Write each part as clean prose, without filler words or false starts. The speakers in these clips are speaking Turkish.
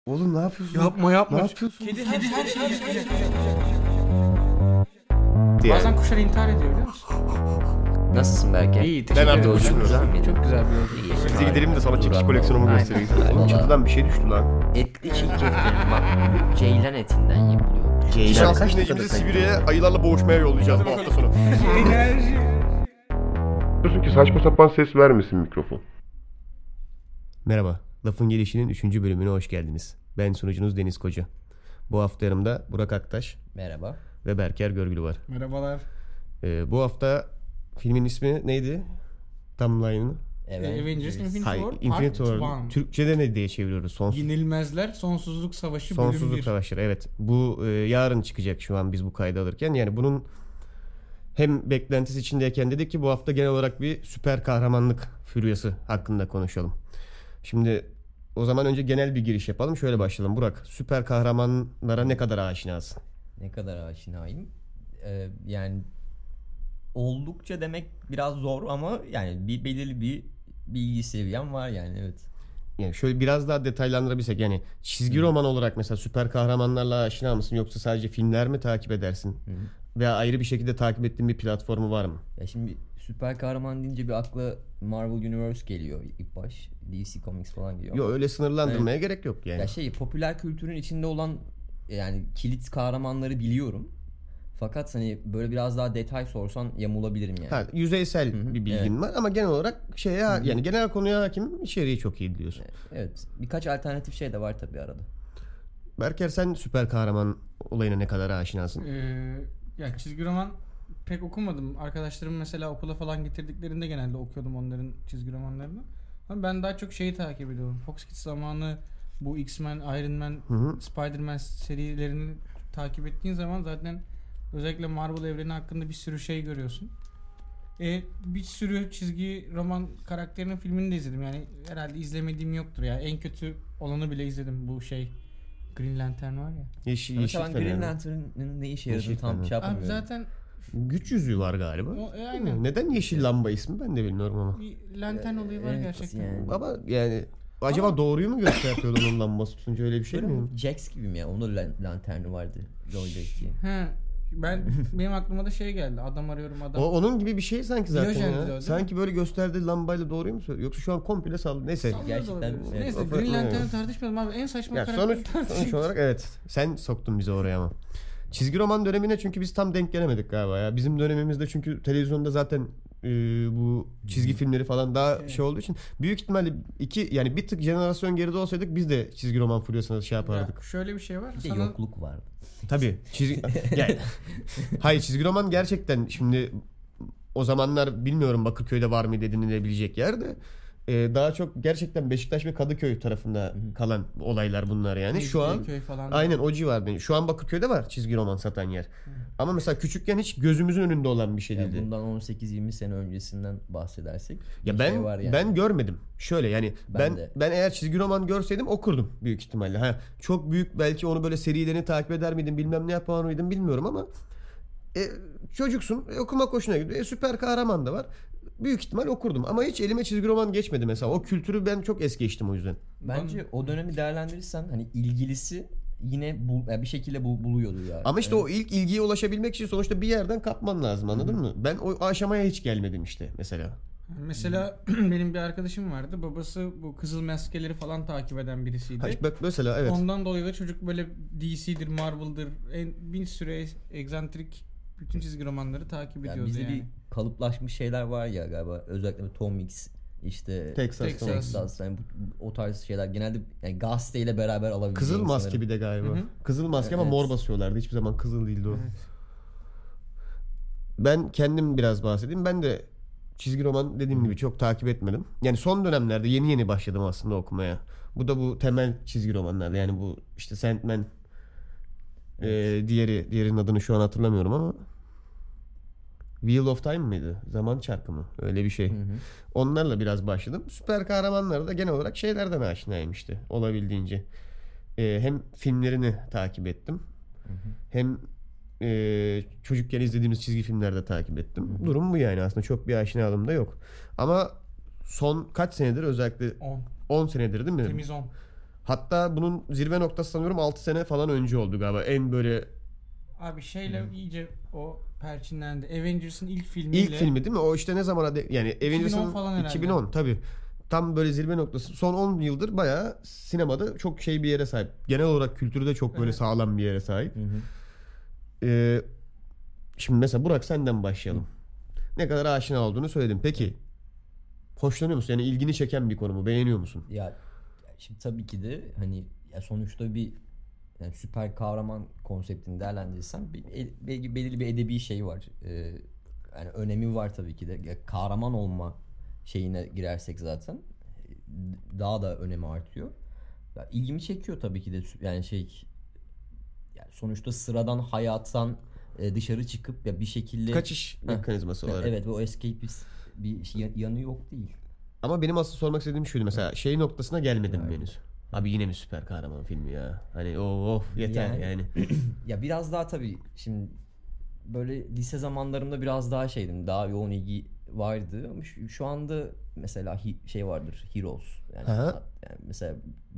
Oğlum ne yapıyorsun? Yapma. Ne yapıyorsun? Kedi her şeyi yapacak. Yani. Bazen kuşlar intihar ediyor biliyor musun? Nasılsın Berke? İyi, teşekkür Ben ederim. artık Çok güzel miydi? Çok güzel bir yolculuk. Bize gidelim de sana çekiç koleksiyonumu Aynen. göstereyim. Oğlum Vallahi. çatıdan bir şey düştü lan. Etli çiğ köftenin bak ceylan etinden yapılıyor. Ceylan Şans kaç dinleyicimizi dakikada Sibirya'ya ayılarla boğuşmaya yollayacağız bu hafta sonu. Enerji. Diyorsun ki saçma sapan ses vermesin mikrofon. Merhaba. Lafın Gelişi'nin 3. bölümüne hoş geldiniz. Ben sunucunuz Deniz Koca. Bu hafta yanımda Burak Aktaş Merhaba. ve Berker Görgülü var. Merhabalar. Bu hafta filmin ismi neydi? Timeline'ı? Avengers Infinity Hayır, War Infinity Part War. 1. Türkçe'de ne diye çeviriyoruz? Yenilmezler Sonsuzluk Savaşı bölüm 1. Sonsuzluk Savaşları, evet. Bu yarın çıkacak şu an biz bu kaydı alırken. Yani bunun hem beklentisi içindeyken dedik ki bu hafta genel olarak bir süper kahramanlık furyası hakkında konuşalım. Şimdi o zaman önce genel bir giriş yapalım. Şöyle başlayalım. Burak, süper kahramanlara ne kadar aşinasın? Ne kadar aşinayım? Yani oldukça demek biraz zor ama yani belirli bir bilgi seviyem var yani, evet. Yani şöyle biraz daha detaylandırabilsek, yani çizgi roman olarak mesela süper kahramanlarla aşina mısın, yoksa sadece filmler mi takip edersin? Veya ayrı bir şekilde takip ettiğin bir platformu var mı? Ya şimdi süper kahraman deyince bir akla Marvel Universe geliyor ilk baş. DC Comics falan geliyor. Yok, öyle sınırlandırmaya gerek yok yani. Ya popüler kültürün içinde olan yani kilit kahramanları biliyorum. Fakat hani böyle biraz daha detay sorsan yamulabilirim yani. Ha, yüzeysel bir bilgin var ama genel olarak yani genel konuya hakim, içeriği çok iyi diyorsun. Evet. Birkaç alternatif şey de var tabii arada. Berker, sen süper kahraman olayına ne kadar aşinasın? Ya çizgi roman pek okumadım. Arkadaşlarım mesela okula falan getirdiklerinde genelde okuyordum onların çizgi romanlarını. Ama ben daha çok şeyi takip ediyorum. Fox Kids zamanı bu X-Men, Iron Man, Spider-Man serilerini takip ettiğin zaman zaten özellikle Marvel evreni hakkında bir sürü şey görüyorsun. Bir sürü çizgi roman karakterinin filmini de izledim. Yani herhalde izlemediğim yoktur ya. En kötü olanı bile izledim, bu şey Green Lantern var ya. Yeşil Mesela ben Fener. Green Lantern'ın ne işe yaradığını Yeşil tam Fener. şey Abi yapamıyorum. zaten Güç yüzüğü var galiba. aynen. Neden yeşil lamba ismi ben de bilmiyorum ama. Bir lantern olayı var Evet, gerçekten. yani. Ama yani acaba doğruyu mu gösteriyordu onun lambası tutunca, öyle bir şey Böyle mi? Jax gibi mi ya? Onun da lanterni vardı. LoL'deki. He. Benim aklıma da şey geldi. Adam arıyorum adam. Onun gibi bir şey sanki zaten Diyojen'di o, ya. değil Sanki böyle gösterdiği lambayla doğruyu mu söylüyor? Yoksa şu an komple sallı. Neyse. Sallıyor da Gerçekten, olabilir. evet. Neyse, O- Green Lantern'ı evet. tartışmayalım abi. En saçma Ya karakteri sonuç tartışıyoruz. olarak evet. Sen soktun bizi oraya ama. Çizgi roman dönemine çünkü biz tam denk gelemedik galiba ya. Bizim dönemimizde çünkü televizyonda zaten bu çizgi filmleri falan daha şey olduğu için büyük ihtimalle yani bir tık jenerasyon geride olsaydık biz de çizgi roman furyasına şey yapardık. Ya şöyle bir şey var. Bir de yokluk vardı. Tabii. Yani, hayır, çizgi roman gerçekten şimdi o zamanlar bilmiyorum Bakırköy'de var mıydı edinilebilecek yerde. Daha çok gerçekten Beşiktaş ve Kadıköy tarafında kalan olaylar bunlar yani. Şu an Mecidiyeköy falan. aynen o civarda. Şu an Bakırköy'de var çizgi roman satan yer. Ama mesela küçükken hiç gözümüzün önünde olan bir şey Yani değildi. bundan 18-20 sene öncesinden bahsedersek Ya bir ben şey var yani. ben görmedim. Şöyle yani Ben de. ben eğer çizgi roman görseydim okurdum büyük ihtimalle. Ha, çok büyük belki onu böyle serilerini takip eder miydim, bilmem ne yapar mıydım bilmiyorum ama çocuksun, okumak hoşuna gidiyor. Süper kahraman da var. Büyük ihtimal okurdum ama hiç elime çizgi roman geçmedi mesela. O kültürü ben çok es geçtim o yüzden. Bence o dönemi değerlendirirsen hani ilgilisi yine yani bir şekilde buluyordu yani. Ama işte o ilk ilgiye ulaşabilmek için sonuçta bir yerden kapman lazım, anladın mı? Ben o aşamaya hiç gelmedim işte mesela. Mesela benim bir arkadaşım vardı. Babası bu Kızıl Maskeleri falan takip eden birisiydi. Ha, bak mesela evet. Ondan dolayı da çocuk böyle DC'dir, Marvel'dır, bir sürü egzantrik bütün çizgi romanları takip yani ediyordu bizde yani. bir kalıplaşmış şeyler var ya galiba, özellikle Tom Mix işte Texas. yani o tarz şeyler genelde yani gazeteyle beraber alabileceğin Kızıl maske sanırım. bir de galiba. Hı hı. Kızıl maske ama Evet. mor basıyorlardı. Hiçbir zaman kızıl değildi o. Evet. Ben kendim biraz bahsedeyim. Ben de çizgi roman dediğim gibi çok takip etmedim. Yani son dönemlerde yeni başladım aslında okumaya. Bu temel çizgi romanlarda. Yani bu işte Sandman, diğerinin adını şu an hatırlamıyorum ama Wheel of Time mıydı? Zaman çarkı mı? Öyle bir şey. Onlarla biraz başladım. Süper kahramanları da genel olarak şeylerden aşinayım işte olabildiğince. Hem filmlerini takip ettim. Hem çocukken izlediğimiz çizgi filmlerde takip ettim. Durum bu yani, aslında çok bir aşinalığım da yok. Ama son kaç senedir, özellikle 10. 10 senedir değil mi? Temiz 10. Hatta bunun zirve noktası sanıyorum 6 sene falan önce oldu galiba. En böyle Abi şeyle iyice o perçinlendi. Avengers'ın ilk filmiyle. ilk filmi değil mi? O işte ne zamana yani 2010 falan herhalde. 2010 tabii. Tam böyle zirve noktası. Son 10 yıldır bayağı sinemada çok şey bir yere sahip. Genel olarak kültürde çok böyle Evet. sağlam bir yere sahip. Şimdi mesela Burak senden başlayalım. Ne kadar aşina olduğunu söyledim. Peki hoşlanıyor musun? Yani ilgini çeken bir konu mu? Beğeniyor musun? Ya şimdi tabii ki de hani ya sonuçta bir yani süper kahraman konseptini değerlendirirsem belirli bir edebi şey var. Yani önemi var tabii ki de. Ya, kahraman olma şeyine girersek zaten daha da önemi artıyor. Ya, ilgimi çekiyor tabii ki de yani yani sonuçta sıradan hayattan dışarı çıkıp ya bir şekilde Kaçış mekanizması olarak. evet o escapist bir yanı yok değil. Ama benim asıl sormak istediğim şuydu. Mesela şey noktasına gelmedim Evet. henüz. Abi yine mi süper kahraman filmi ya? Hani of yeter yani. Ya biraz daha tabii şimdi böyle lise zamanlarımda biraz daha şeydim. Daha yoğun ilgi vardı ama şu anda mesela şey vardır. Heroes. Yani, Aha. yani mesela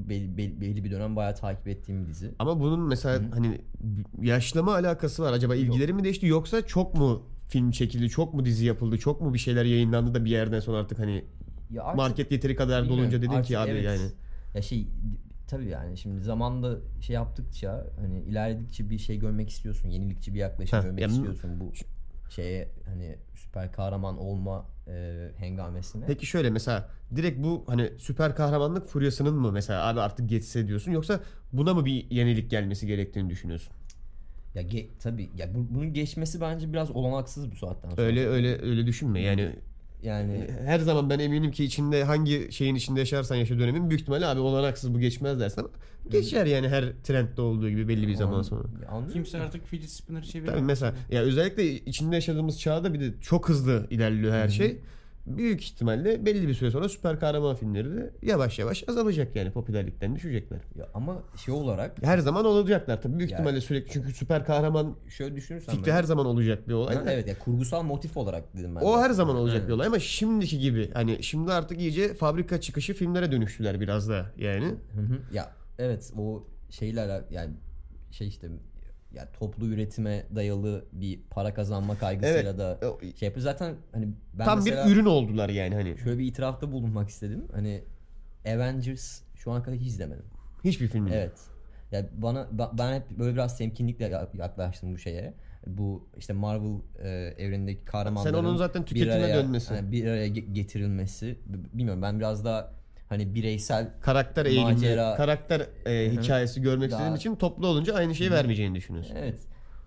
belli bir dönem bayağı takip ettiğim bir dizi. Ama bunun mesela hani yaşlama alakası var. Acaba ilgileri mi değişti yoksa çok mu film çekildi, çok mu dizi yapıldı, çok mu bir şeyler yayınlandı da bir yerden sonra artık hani Ya artık, market yeteri kadar bilmiyorum, dolunca dedin ki artık abi evet. yani. Ya tabii yani şimdi zamanda şey yaptıkça hani ilerledikçe bir şey görmek istiyorsun. Yenilikçi bir yaklaşım görmek istiyorsun bu şeye hani süper kahraman olma hengamesine. Peki şöyle mesela direkt bu hani süper kahramanlık furyasının mı mesela abi artık geçse diyorsun yoksa buna mı bir yenilik gelmesi gerektiğini düşünüyorsun? Ya tabii ya bunun geçmesi bence biraz olanaksız bu saatten sonra. Öyle düşünme yani. Yani Her zaman ben eminim ki içinde hangi şeyin içinde yaşarsan yaşa dönemin büyük ihtimalle abi olanaksız bu geçmez dersin ama geçer yani her trendde olduğu gibi belli bir zaman sonra. Kimse artık fidget spinner çevirmiyor. Tabii mesela ya özellikle içinde yaşadığımız çağda bir de çok hızlı ilerliyor her şey. Büyük ihtimalle belli bir süre sonra süper kahraman filmleri de yavaş yavaş azalacak yani popülerlikten düşecekler. Ya ama şey olarak Her zaman olacaklar tabii büyük Yani- ihtimalle sürekli çünkü süper kahraman şöyle düşünürsen fikri her zaman olacak bir olay. Ha, da. evet ya kurgusal motif olarak dedim ben. O de. her zaman olacak Aynen. bir olay ama şimdiki gibi hani şimdi artık iyice fabrika çıkışı filmlere dönüştüler biraz da yani. Hı. Ya evet o şeyler yani şey işte ya toplu üretime dayalı bir para kazanma kaygısıyla Evet, da o- şey yapıyor. Zaten hani ben Tam mesela bir ürün oldular yani hani. şöyle bir itirafta bulunmak istedim. Hani Avengers şu ana kadar hiç izlemedim. Hiçbir film değil. Evet. Ya ben hep böyle biraz temkinlikle yaklaştım bu şeye. Bu işte Marvel evrenindeki kahramanların Sen onun zaten tüketime dönmesi. yani bir araya getirilmesi. Bilmiyorum ben biraz daha hani bireysel Karakter eğilimi, Macera- karakter hikayesi görmek Daha- istediğin için toplu olunca aynı şeyi vermeyeceğini düşünüyorsun. evet.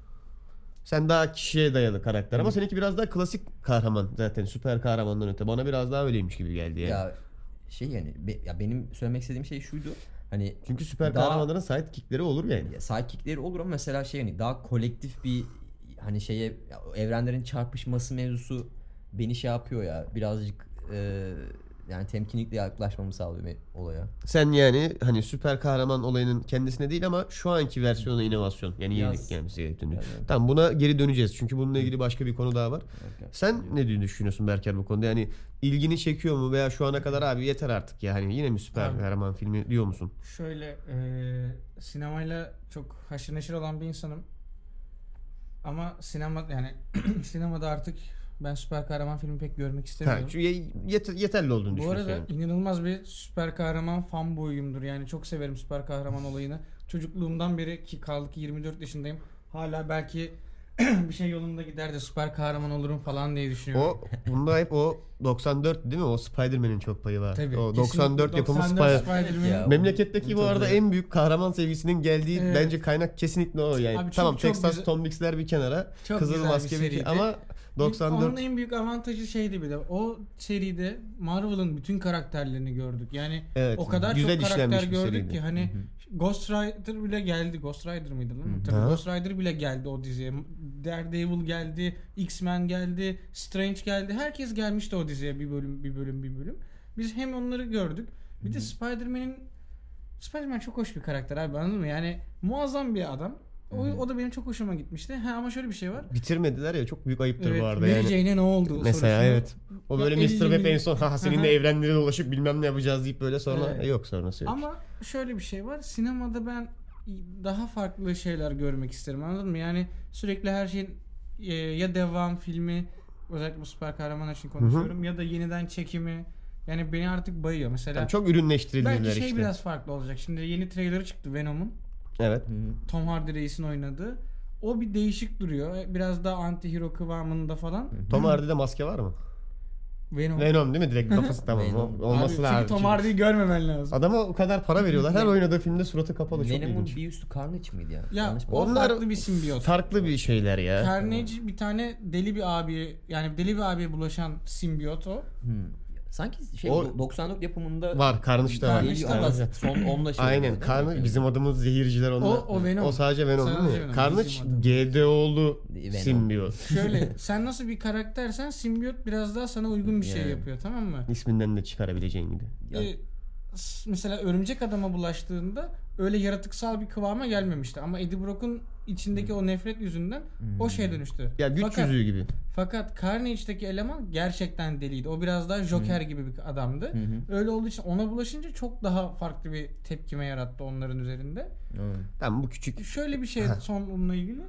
Sen daha kişiye dayalı karakter ama seninki biraz daha klasik kahraman zaten süper kahramandan öte. Bana biraz daha öyleymiş gibi geldi yani. Ya şey yani ya benim söylemek istediğim şey şuydu. Hani Çünkü süper daha- kahramanların sidekickleri olur yani. sidekickleri olur ama mesela şey hani daha kolektif bir hani şeye ya, evrenlerin çarpışması mevzusu beni şey yapıyor ya birazcık yani temkinlikle yaklaşmamı sağlıyor olaya. Sen yani hani süper kahraman olayının kendisine değil ama şu anki versiyonu inovasyon. Yani Biraz- yenilik gelmesi gerektiğini. Yani- Tamam buna geri döneceğiz. Çünkü bununla ilgili başka bir konu daha var. Okay. Sen ne düşünüyorsun Berker bu konuda? Yani ilgini çekiyor mu veya şu ana kadar abi yeter artık ya hani yine mi süper Abi- kahraman filmi diyor musun? Şöyle sinemayla çok haşır neşir olan bir insanım. Ama sinema yani sinemada artık ben süper kahraman filmi pek görmek Ha, istemiyorum. çünkü yeterli olduğunu Bu düşünüyorsun. arada yani. inanılmaz bir süper kahraman fanboyumdur. Yani çok severim süper kahraman olayını. Çocukluğumdan beri ki kaldı ki 24 yaşındayım. Hala belki bir şey yolunda gider de süper kahraman olurum falan diye düşünüyorum. Bunda hep o 94 değil mi? O Spider-Man'in çok payı var. Tabii, O kesinlikle 94 yapımı 94 Spider-Man. Spider-Man. Ya, Memleketteki bu Tabii. arada en büyük kahraman sevgisinin geldiği Evet. bence kaynak kesinlikle o yani. Abi çok- Tamam çok Texas güzel- Tom Mix'ler bir kenara. Çok Kızıl güzel bir Maske bir seriydi. ama Onun 94 en büyük avantajı şeydi bir de. O seride Marvel'ın bütün karakterlerini gördük. Yani Evet, o kadar güzel çok işlenmiş karakter bir gördük seriydi. ki hani Ghost Rider bile geldi. Ghost Rider mıydı lan? Tabii Aha. Ghost Rider bile geldi o diziye. Daredevil geldi, X-Men geldi, Strange geldi. Herkes gelmişti o diziye bir bölüm. Biz hem onları gördük. Bir de Spider-Man çok hoş bir karakter abi anladın mı? Yani muazzam bir adam. O da benim çok hoşuma gitmişti. Ama şöyle bir şey var. Bitirmediler ya, çok büyük ayıptır Evet, bu arada Mary yani. Jane'e ne oldu? Mesela sorusunu. evet. O böyle Ya Mr. 50 Webb en milyon- son seninle evrenlere dolaşıp bilmem ne yapacağız deyip böyle sonra Evet. yok sonrası yok. Ama şöyle bir şey var. Sinemada ben daha farklı şeyler görmek isterim. Anladın mı? Yani sürekli her şeyin ya devam filmi, özellikle bu süper kahraman için konuşuyorum, ya da yeniden çekimi. Yani beni artık bayıyor. Mesela Yani çok ürünleştirildiler belki işte. biraz farklı olacak. Şimdi yeni trailerı çıktı Venom'un. Evet. Tom Hardy Reis'in oynadığı. O bir değişik duruyor. Biraz daha anti-hero kıvamında falan. Tom Hardy'de maske var mı? Venom. Venom değil mi? Direkt kafası tamam. Venom. Olması Abi, lazım. çünkü Tom Hardy'yi görmemen lazım. Adama o kadar para veriyorlar. Her oynadığı filmde suratı kapalı. Çok Venom'un ilginç. bir üstü Carnage mıydı ya? Ya Yanlış mı? o Onlar farklı bir simbiyot. Farklı bir şeyler ya. Carnage bir tane deli bir abi, yani deli bir abiye bulaşan simbiyot o. Sanki O- 94 yapımında Var. Carnage'da var. Carnage geliyor ama Evet. son onunla şey. Aynen. oluyor, Carnage değil mi? bizim adımız zehirciler onlar. O Venom. O sadece Venom Sadece değil mi? Venom, Carnage bizim adımız. GDO'lu Venom. simbiyot. Şöyle, sen nasıl bir karaktersen simbiyot biraz daha sana uygun bir şey Yani. yapıyor, tamam mı? İsminden de çıkarabileceğin gibi. Ya- Mesela örümcek adama bulaştığında öyle yaratıksal bir kıvama gelmemişti. Ama Eddie Brock'un içindeki o nefret yüzünden o şeye dönüştü. Ya güç Fakat- yüzüğü gibi. Fakat Carnage'deki eleman gerçekten deliydi. O biraz daha Joker gibi bir adamdı. Öyle olduğu için ona bulaşınca çok daha farklı bir tepkime yarattı onların üzerinde. Tamam bu küçük. Şöyle bir şey son onunla ilgili.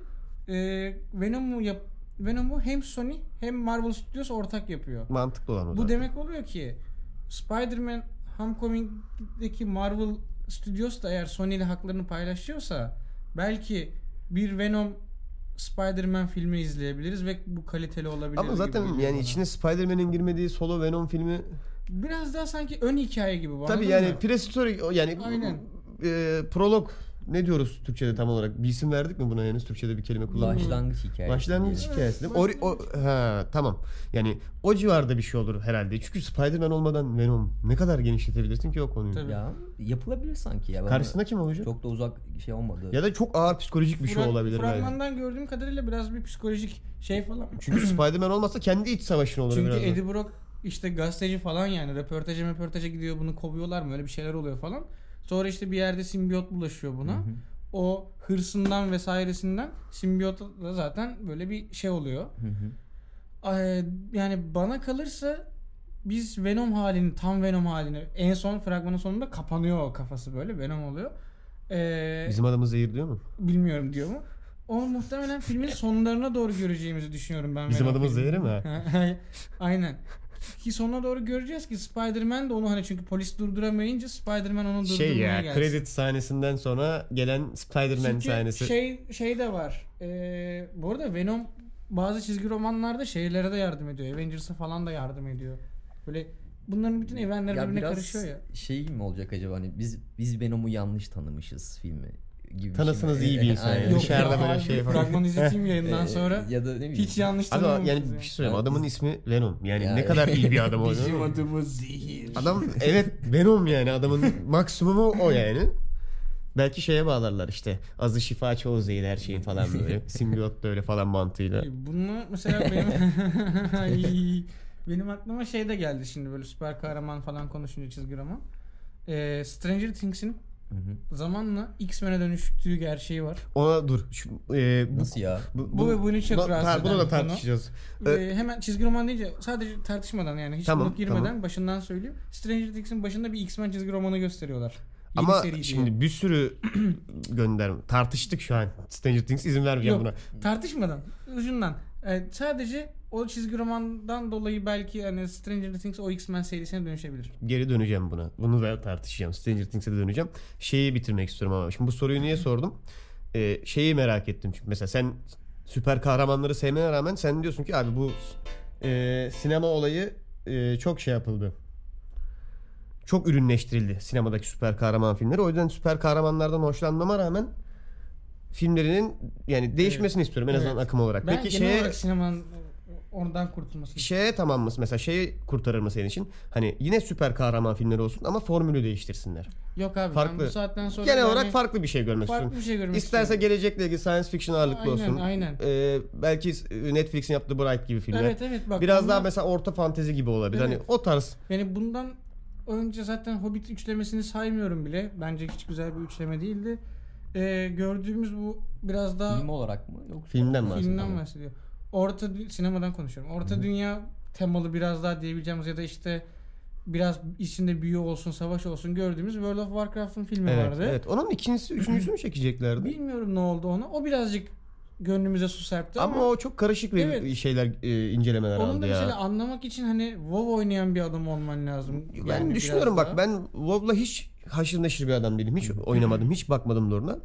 Venom'u hem Sony hem Marvel Studios ortak yapıyor. Mantıklı olan o Bu zaten. demek oluyor ki Spider-Man Homecoming'deki Marvel Studios da eğer Sony ile haklarını paylaşıyorsa belki bir Venom Spider-Man filmi izleyebiliriz ve bu kaliteli olabilir. Ama gibi zaten geliyor yani bana. içine Spider-Man'in girmediği solo Venom filmi biraz daha sanki ön hikaye gibi bu. tabii anladın yani mı? prehistorik yani Aynen. prolog ne diyoruz Türkçe'de tam olarak? Bir isim verdik mi buna henüz Türkçe'de bir kelime kullanmadık. Başlangıç hikayesi. Başlangıç diyelim. hikayesi değil mi? Tamam. Yani o civarda bir şey olur herhalde. Çünkü Spider-Man olmadan Venom ne kadar genişletebilirsin ki o konuyu. Tabii. Ya yapılabilir sanki ya. Bana Karşısında kim olacak? çok da uzak şey olmadı. Ya da çok ağır psikolojik bir şey olabilir belki. Fragmandan gördüğüm kadarıyla biraz bir psikolojik şey falan. Çünkü Spider-Man olmasa kendi iç savaşın olur Çünkü biraz da. Eddie Brock işte gazeteci falan, yani röportaja gidiyor, bunu kovuyorlar mı, öyle bir şeyler oluyor falan. Sonra işte bir yerde simbiyot bulaşıyor buna. O hırsından vesairesinden simbiyot da zaten böyle bir şey oluyor. Yani bana kalırsa biz Venom halini, tam Venom halini, en son fragmanın sonunda kapanıyor o kafası, böyle Venom oluyor. Bizim adamız zehir diyor mu? Bilmiyorum diyor mu? Onu muhtemelen filmin sonlarına doğru göreceğimizi düşünüyorum ben. Bizim Venom adamız filmini. zehir mi? Aynen. Ki sonuna doğru göreceğiz ki Spider-Man de onu, hani çünkü polis durduramayınca Spider-Man onu durdurmaya Şey ya gelsin. kredi sahnesinden sonra gelen Spider-Man Çünkü sahnesi. şey de var. Bu arada Venom bazı çizgi romanlarda şeylere de yardım ediyor. Avengers'a falan da yardım ediyor. Böyle bunların bütün evrenler Ya birbirine biraz karışıyor ya. şey mi olacak acaba, hani biz Venom'u yanlış tanımışız filmi gibi. Tanısanız bir şey mi? iyi bir insan Aynen. yani. Dışarıda böyle abi, şey falan. fragman izleteyim yayından sonra. Ya da ne bileyim. Hiç yanlış Abi tanımamışız. yani bir şey söyleyeyim. Evet. Adamın ismi Venom. Yani Ya- ne kadar iyi bir adam olduğunu. Bizim adımız zehir. Adam evet Venom yani. Adamın maksimumu o yani. Belki şeye bağlarlar işte. Azı şifa çoğu zehir her şeyin falan böyle. Simbiyot da öyle falan mantığıyla. Bunu mesela benim Ay, benim aklıma şey de geldi şimdi, böyle süper kahraman falan konuşunca çizgi roman. Stranger Things'in zamanla X-Men'e dönüştüğü gerçeği var. Ona dur. Nasıl ya? Bu ve bunu çok rahatsız Bunu eden da bir tartışacağız. Hemen çizgi roman deyince sadece tartışmadan, yani hiç Tamam, bulup girmeden tamam. başından söyleyeyim. Stranger Things'in başında bir X-Men çizgi romanı gösteriyorlar. Yeni Ama seri diye. şimdi bir sürü gönderme. Tartıştık şu an. Stranger Things izin vermeyeceğim Yok, buna. tartışmadan, ucundan. Sadece o çizgi romandan dolayı belki hani Stranger Things o X-Men serisine dönüşebilir. Geri döneceğim buna. Bunu da tartışacağım. Stranger Things'e de döneceğim. Şeyi bitirmek istiyorum ama. Şimdi bu soruyu niye sordum? Şeyi merak ettim. Çünkü mesela sen süper kahramanları sevmene rağmen sen diyorsun ki abi bu sinema olayı çok şey yapıldı. Çok ürünleştirildi sinemadaki süper kahraman filmleri. O yüzden süper kahramanlardan hoşlanmama rağmen filmlerinin yani değişmesini istiyorum en azından Evet. akım olarak. Ben Peki genel olarak sinemanın oradan kurtulmasını şeye tamam mı? Mesela şeyi kurtarır mı senin için? Hani yine süper kahraman filmleri olsun ama formülü değiştirsinler. Yok abi, Farklı. ben bu saatten sonra Genel yani olarak farklı bir şey görmek farklı istiyorum. bir şey görmek İsterse istiyorum. gelecekle ilgili science fiction ağırlıklı Aynen, olsun. aynen. Belki Netflix'in yaptığı Bright gibi filmler. Evet bak, Biraz bunlar- daha mesela orta fantezi gibi olabilir. Evet. Hani o tarz. Yani bundan önce zaten Hobbit üçlemesini saymıyorum bile. Bence hiç güzel bir üçleme değildi. gördüğümüz bu biraz daha Film olarak mı? Yoksa Filmden bahsediyor. filmden bahsediyor. Sinemadan konuşuyorum. Orta dünya temalı biraz daha diyebileceğimiz ya da işte biraz içinde büyü olsun, savaş olsun gördüğümüz World of Warcraft'ın filmi Evet, vardı. evet. Onun ikincisi, üçüncüsünü çekeceklerdi. Bilmiyorum ne oldu ona. O birazcık gönlümüze su serpti Ama o çok karışık bir Evet. şeyler, incelemeler onun aldı da ya. mesela anlamak için hani WoW oynayan bir adam olman lazım. Ben Yani düşünüyorum biraz bak, daha. ben WoW'la hiç haşır neşir bir adam değilim. Hiç oynamadım, hiç bakmadım da ona.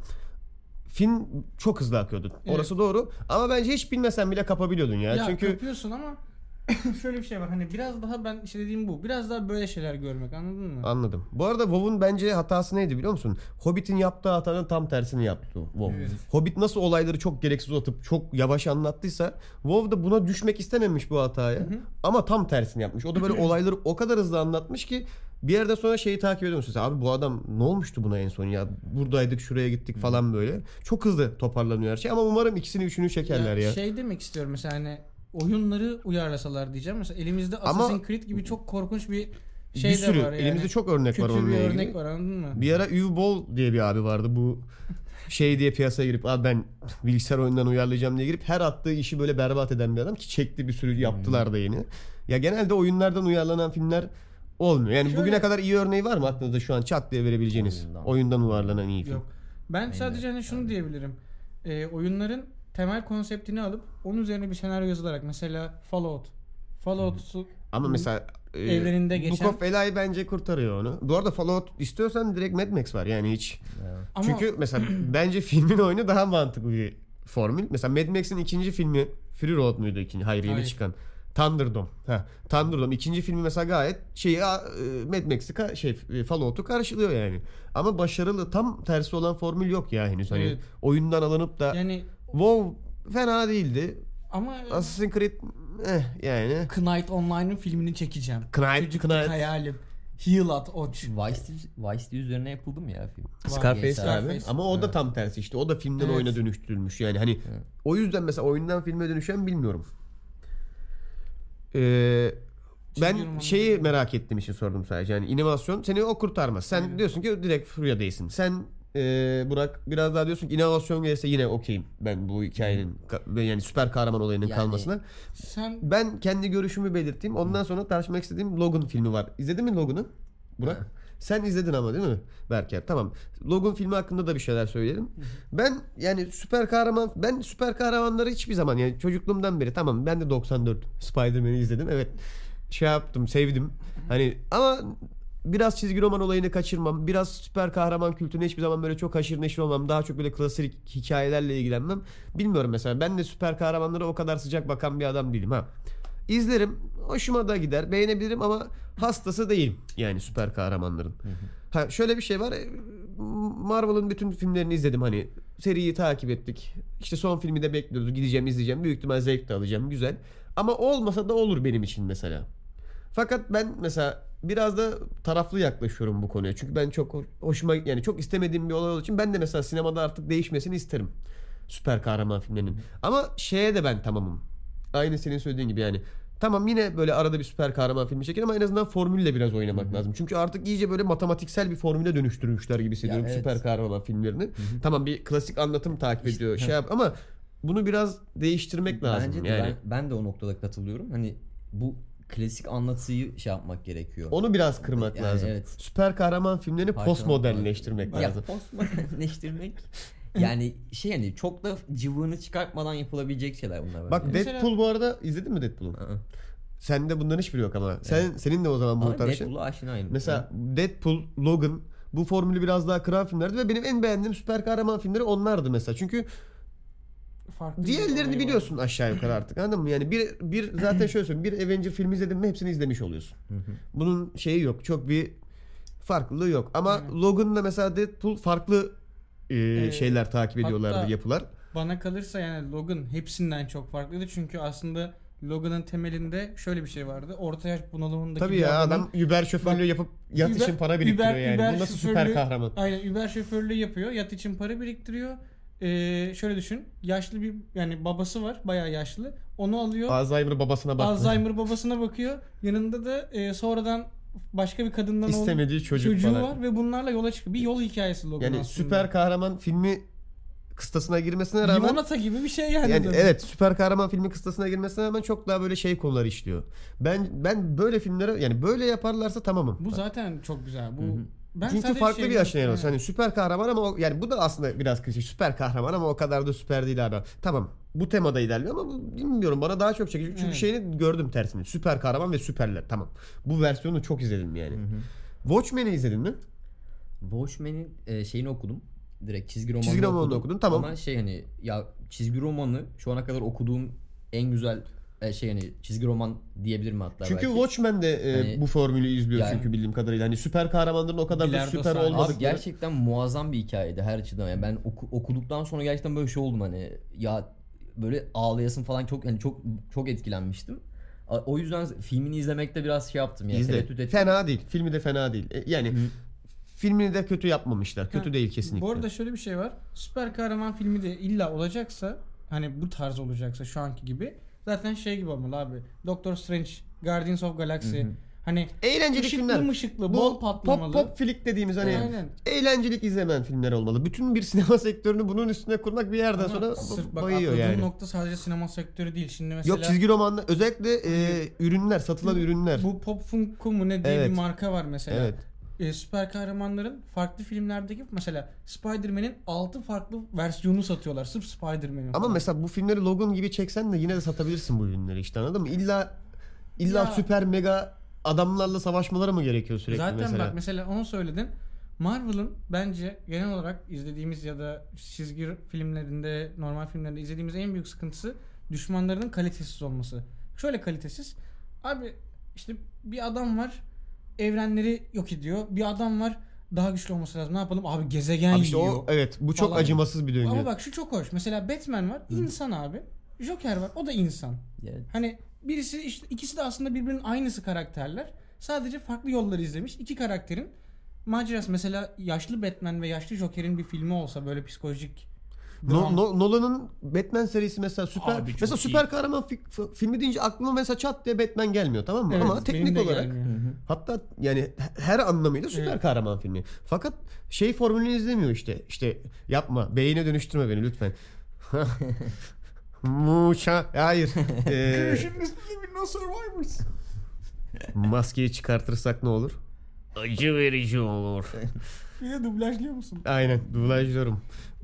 Film çok hızlı akıyordu. Evet. Orası doğru. Ama bence hiç bilmesen bile kapabiliyordun ya. Ya Çünkü yapıyorsun ama şöyle bir şey var. Hani biraz daha ben işte dediğim bu. Biraz daha böyle şeyler görmek, anladın mı? anladım. Bu arada WoW'un bence hatası neydi biliyor musun? Hobbit'in yaptığı hatanın tam tersini yaptı WoW. Evet. Hobbit nasıl olayları çok gereksiz atıp çok yavaş anlattıysa WoW da buna düşmek istememiş bu hataya. Ama tam tersini yapmış. O da böyle olayları o kadar hızlı anlatmış ki bir yerden sonra şeyi takip ediyor musunuz? Abi bu adam ne olmuştu buna en son ya? Buradaydık, şuraya gittik falan böyle. Çok hızlı toparlanıyor her şey ama umarım ikisini üçünü çekerler ya. Şey demek istiyorum mesela hani oyunları uyarlasalar diyeceğim. Mesela elimizde Ama Assassin's Creed gibi çok korkunç bir şey bir sürü de var yani. elimizde çok örnek var Kötü onunla bir ilgili. örnek var, anladın mı? Bir ara Uwe Boll diye bir abi vardı, bu şey diye piyasaya girip abi ben bilgisayar oyundan uyarlayacağım diye girip her attığı işi böyle berbat eden bir adam ki çekti, bir sürü yaptılar da yeni. Ya genelde oyunlardan uyarlanan filmler olmuyor. Yani Şöyle- bugüne kadar iyi örneği var mı aklınızda şu an çat diye verebileceğiniz oyundan uyarlanan iyi film? Yok. Ben sadece hani şunu diyebilirim. Oyunların temel konseptini alıp onun üzerine bir senaryo yazılarak mesela Fallout'u Ama mesela evreninde geçen- Book of Eli bence kurtarıyor onu. Bu arada Fallout istiyorsan direkt Mad Max var yani hiç. ama Çünkü mesela bence filmin oyunu daha mantıklı bir formül. Mesela Mad Max'in ikinci filmi Fury Road muydu ikinci? Hayır, yeni Hayır. çıkan. Thunderdome. Thunderdome ikinci filmi mesela gayet Mad Max'i Fallout'u karşılıyor yani. Ama başarılı, tam tersi olan formül yok ya henüz. Hani Evet. oyundan alınıp da yani WoW fena değildi. ama Assassin's Creed yani. Knight Online'ın filmini çekeceğim. Knight. Çocukluk hayalim. Heal at Oç. Vice üzerine yapıldı mı ya film? Scarface Scarface. abi. Ama o da tam tersi işte. O da filmden Evet. oyuna dönüştürülmüş. Yani hani o yüzden mesela oyundan filme dönüşen bilmiyorum. Ben romanı. şeyi merak ettiğim için sordum sadece. Yani inovasyon seni o kurtarmaz. Sen diyorsun ki direkt furya değilsin. Sen Burak biraz daha diyorsun ki inovasyon gelirse yine okeyim ben bu hikayenin yani süper kahraman olayının Yani- kalmasına. Sen Ben kendi görüşümü belirteyim. Ondan sonra tartışmak istediğim Logan filmi var. İzledin mi Logan'ı Burak? Sen izledin ama değil mi Berker? Tamam. Logan filmi hakkında da bir şeyler söyleyelim. Ben yani süper kahramanları hiçbir zaman, yani çocukluğumdan beri, tamam ben de 94 Spider-Man'i izledim. Evet. Şey yaptım, sevdim. Hani ama biraz çizgi roman olayını kaçırmam. Biraz süper kahraman kültürüne hiçbir zaman böyle çok haşır neşir olmam. Daha çok böyle klasik hikayelerle ilgilenmem. Bilmiyorum mesela. Ben de süper kahramanlara o kadar sıcak bakan bir adam değilim ha. İzlerim. Hoşuma da gider. Beğenebilirim ama hastası değilim. Yani süper kahramanların. Ha şöyle bir şey var. Marvel'ın bütün filmlerini izledim hani. Seriyi takip ettik. İşte son filmi de bekliyoruz. Gideceğim, izleyeceğim. Büyük ihtimal zevk de alacağım. Güzel. Ama olmasa da olur benim için mesela. Fakat ben mesela biraz da taraflı yaklaşıyorum bu konuya. Çünkü ben çok hoşuma, yani çok istemediğim bir olay olduğu için ben de mesela sinemada artık değişmesini isterim. Süper kahraman filmlerinin. Ama şeye de ben tamamım. Aynı senin söylediğin gibi yani. Tamam yine böyle arada bir süper kahraman filmi çekin ama en azından formülle biraz oynamak lazım. Çünkü artık iyice böyle matematiksel bir formüle dönüştürmüşler gibi hissediyorum Ya evet. süper kahraman filmlerini. Tamam bir klasik anlatım takip ediyor şey yap ama bunu biraz değiştirmek lazım. Bence de yani. ben de o noktada katılıyorum. Hani bu klasik anlatıyı şey yapmak gerekiyor. Onu biraz kırmak Yani lazım. evet. Süper kahraman filmlerini Parçalamak postmodernleştirmek Ya lazım. postmodernleştirmek yani şey hani çok da cıvığını çıkartmadan yapılabilecek şeyler bunlar. bence. Bak Mesela- Deadpool bu arada izledin mi Deadpool'u? Aa. Sende bundan hiçbiri yok ama. Senin de o zaman Ama bu tarz şey. Deadpool'u aşinayım. Mesela Deadpool, Logan bu formülü biraz daha kıran filmlerdi ve benim en beğendiğim süper kahraman filmleri onlardı mesela. Çünkü farklı bir diğerlerini olay var. biliyorsun aşağı yukarı artık, anladın mı? Yani bir zaten şöyle söyleyeyim, bir Avenger filmi izledin mi hepsini izlemiş oluyorsun. Bunun şeyi yok, çok bir farklılığı yok. Ama Aynen. Logan'la mesela Deadpool farklı şeyler takip ediyorlardı, hatta- yapılar. Bana kalırsa yani Logan hepsinden çok farklıydı. Çünkü aslında Logan'ın temelinde şöyle bir şey vardı. Orta yaş bunalımındaki Tabii bir ya adamın- adam Uber şoförlüğü Bak, yapıp yat için para biriktiriyor yani. Uber Bu nasıl süper şoförlüğü- kahraman? Aynen Uber şoförlüğü yapıyor. Yat için para biriktiriyor. Şöyle düşün. Yaşlı bir yani babası var. Bayağı yaşlı. Onu alıyor. Alzheimer babasına baktı. Alzheimer babasına bakıyor. Yanında da sonradan başka bir kadından İstemediği çocuğu çocuğu falan. var ve bunlarla yola çıkıyor. Bir yol hikayesi Logan Yani aslında. süper kahraman filmi kıstasına girmesine rağmen Limonata gibi bir şey yani. yani evet, süper kahraman filmi kıstasına girmesine rağmen çok daha böyle şey konular işliyor. Ben böyle filmlere, yani böyle yaparlarsa tamamım. Bu zaten çok güzel. Bu ben Çünkü sadece farklı bir aşina yer olsun. Evet. Hani süper kahraman ama yani bu da aslında biraz klişe. Süper kahraman ama o kadar da süper değil abi. Tamam, bu temada ilerliyor ama bilmiyorum, bana daha çok çekici. Çünkü Evet. şeyini gördüm tersini. Süper kahraman ve süperler. Tamam. Bu versiyonu çok izledim yani. Watchmen'i izledin mi? Watchmen'in şeyini okudum. Direkt çizgi romanını Çizgi romanını okudum. okudun, tamam. Ama şey hani ya çizgi romanı şu ana kadar okuduğum en güzel şey hani çizgi roman diyebilirim hatta Çünkü belki. Watchmen de Hani- bu formülü izliyor Yani- çünkü bildiğim kadarıyla. Hani süper kahramanların o kadar da Bilardo süper sahnesi. olmadıkları. Abi gerçekten muazzam bir hikayeydi her açıdan. Yani ben okuduktan sonra gerçekten böyle şey oldum hani ya böyle ağlayasım falan çok hani çok etkilenmiştim. O yüzden filmini izlemekte biraz şey yaptım yani. İzle. tereddüt ettim. Fena değil. Filmi de fena değil. Yani filmini de kötü yapmamışlar. Kötü Ha, değil kesinlikle. Bu arada şöyle bir şey var. Süper kahraman filmi de illa olacaksa, hani bu tarz olacaksa şu anki gibi, zaten şey gibi olmalı abi. Doctor Strange, Guardians of Galaxy. Hani Eğlenceli ışıklı filmler. mışıklı, bol patlamalı. Pop flick dediğimiz hani Aynen. eğlencelik izlemen filmler olmalı. Bütün bir sinema sektörünü bunun üstüne kurmak bir yerden Ama sonra sırf bak bayıyor atladığım yani. nokta sadece sinema sektörü değil. Şimdi mesela Yok, çizgi romanlar özellikle ürünler, satılan ürünler. bu Pop Funko mu ne diye Evet. bir marka var mesela. Evet. Süper kahramanların farklı filmlerdeki mesela Spider-Man'in 6 farklı versiyonu satıyorlar sırf Spider-Man'in. Ama falan. mesela bu filmleri Logan gibi çeksen de yine de satabilirsin bu ürünleri, işte anladın mı? İlla Ya- süper mega adamlarla savaşmaları mı gerekiyor sürekli zaten mesela? bak mesela onu söyledin. Marvel'ın bence genel olarak izlediğimiz ya da çizgi filmlerinde, normal filmlerinde izlediğimiz en büyük sıkıntısı düşmanlarının kalitesiz olması. Şöyle kalitesiz. Abi işte bir adam var, evrenleri yok ediyor. Bir adam var, daha güçlü olması lazım. Ne yapalım? Abi gezegen Abi işte yiyor. o, evet, bu çok falan. acımasız bir döngü. Ama bak şu çok hoş. Mesela Batman var, insan abi. Joker var, o da insan. Evet. Hani birisi işte, ikisi de aslında birbirinin aynısı karakterler. Sadece farklı yolları izlemiş. İki karakterin macerası. Mesela yaşlı Batman ve yaşlı Joker'in bir filmi olsa böyle psikolojik dram. Nolan'ın Batman serisi mesela süper. Abi çok Mesela iyi. süper kahraman filmi deyince aklıma mesela çat diye Batman gelmiyor, tamam mı? Evet, Ama benim teknik de olarak gelmiyor. hatta yani her anlamıyla süper Evet. kahraman filmi. Fakat şey formülünü izlemiyor işte. İşte yapma, beyine dönüştürme beni lütfen. Hayır. No Survivors. Maskeyi çıkartırsak ne olur? Acı verici olur. Bir de dublajlıyor musun? Aynen, dublajlıyorum.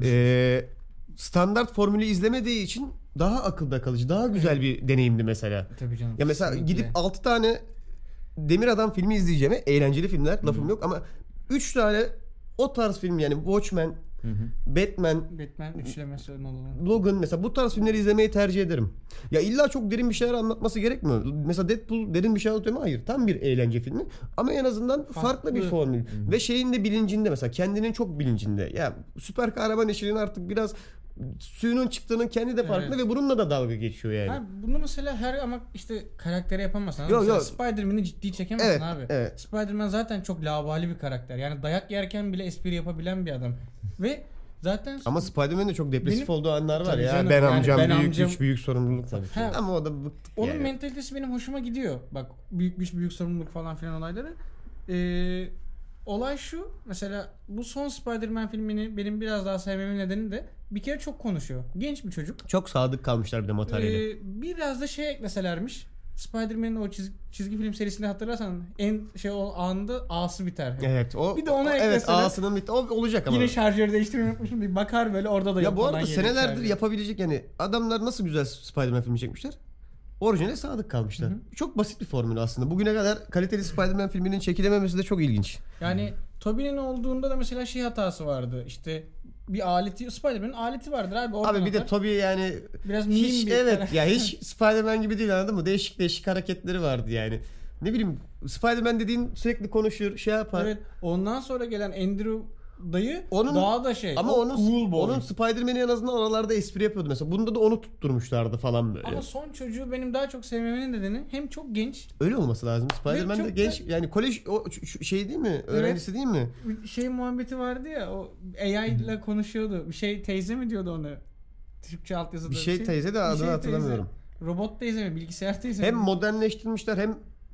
Standart formülü izlemediği için daha akılda kalıcı, daha güzel bir deneyimdi mesela. Tabii canım. Ya mesela kesinlikle. gidip 6 tane Demir Adam filmi izleyeceğime, eğlenceli filmler, lafım yok, ama 3 tane o tarz film, yani Watchmen, Batman, Batman üçlemesi Nolan'ın. Logan, mesela bu tarz filmleri izlemeyi tercih ederim. Ya illa çok derin bir şeyler anlatması gerekmiyor. Mesela Deadpool derin bir şey anlatıyor mu? Hayır. Tam bir eğlence filmi. Ama en azından farklı bir formül. Ve şeyin de bilincinde, mesela kendinin çok bilincinde. Ya süper kahraman işinin artık biraz suyunun çıktığının kendi de farkında Evet. ve bununla da dalga geçiyor yani. Ha, bunu mesela her ama işte karaktere yapamazsın. Yok, Mesela yok. Spider-Man'i ciddi çekemezsin Evet, abi. evet. Spider-Man zaten çok laubali bir karakter. Yani dayak yerken bile espri yapabilen bir adam. Ve zaten Ama Spider-Man'in de çok depresif Benim- olduğu anlar var Tabii ya. canım, Ben yani amcam ben büyük amcam- güç, büyük sorumluluk. Tabii ki. Ama o da bıktık onun yani. mentalitesi benim hoşuma gidiyor. Bak büyük güç, büyük sorumluluk falan filan olayları. Olay şu. Mesela bu son Spider-Man filmini benim biraz daha sevmemin nedeni de bir kere çok konuşuyor. Genç bir çocuk. Çok sadık kalmışlar bir de materyale. Biraz da şey ekleselermiş. Spider-Man'in o çizgi film serisinde hatırlarsan en şey o anında A'sı biter. Evet, o Bir de ona evet, ekleseler- ağasının o olacak ama. Yine şarjörü değiştirmeyi unutmuşum. Bir bakar böyle orada da Ya yok bu falan arada yedek senelerdir şarjör. yapabilecek, yani adamlar nasıl güzel Spider-Man filmi çekmişler? Orijinale sadık kalmışlar. Çok basit bir formül aslında. Bugüne kadar kaliteli Spider-Man filminin çekilememesi de çok ilginç. Yani Tobey'nin olduğunda da mesela şey hatası vardı. İşte bir aleti, Spider-Man'in aleti vardır abi. oradan Abi bir de atar. Tobey yani Biraz hiç, meme bir evet karakter. ya, hiç Spider-Man gibi değil, anladın mı? Değişik değişik hareketleri vardı yani. Ne bileyim, Spider-Man dediğin sürekli konuşur, şey yapar. Evet. Ondan sonra gelen Andrew dayı Onun- daha da şey. Ama o onun cool boy. onun Spider-Man'i en azından oralarda espri yapıyordu mesela. Bunda da onu tutturmuşlardı falan böyle. Ama son çocuğu benim daha çok sevmemenin nedeni hem çok genç, Öyle olması lazım. Spider-Man de çok genç, yani kolej o şey değil mi? Öğrencisi değil mi? bir şey muhabbeti vardı ya, o AI ile konuşuyordu. Bir şey teyze mi diyordu onu? Türkçe altyazıda. Bir şey teyze de adını şey hatırlamıyorum. teyze. Robot teyze mi? Bilgisayar teyze Hem mi? modernleştirmişler hem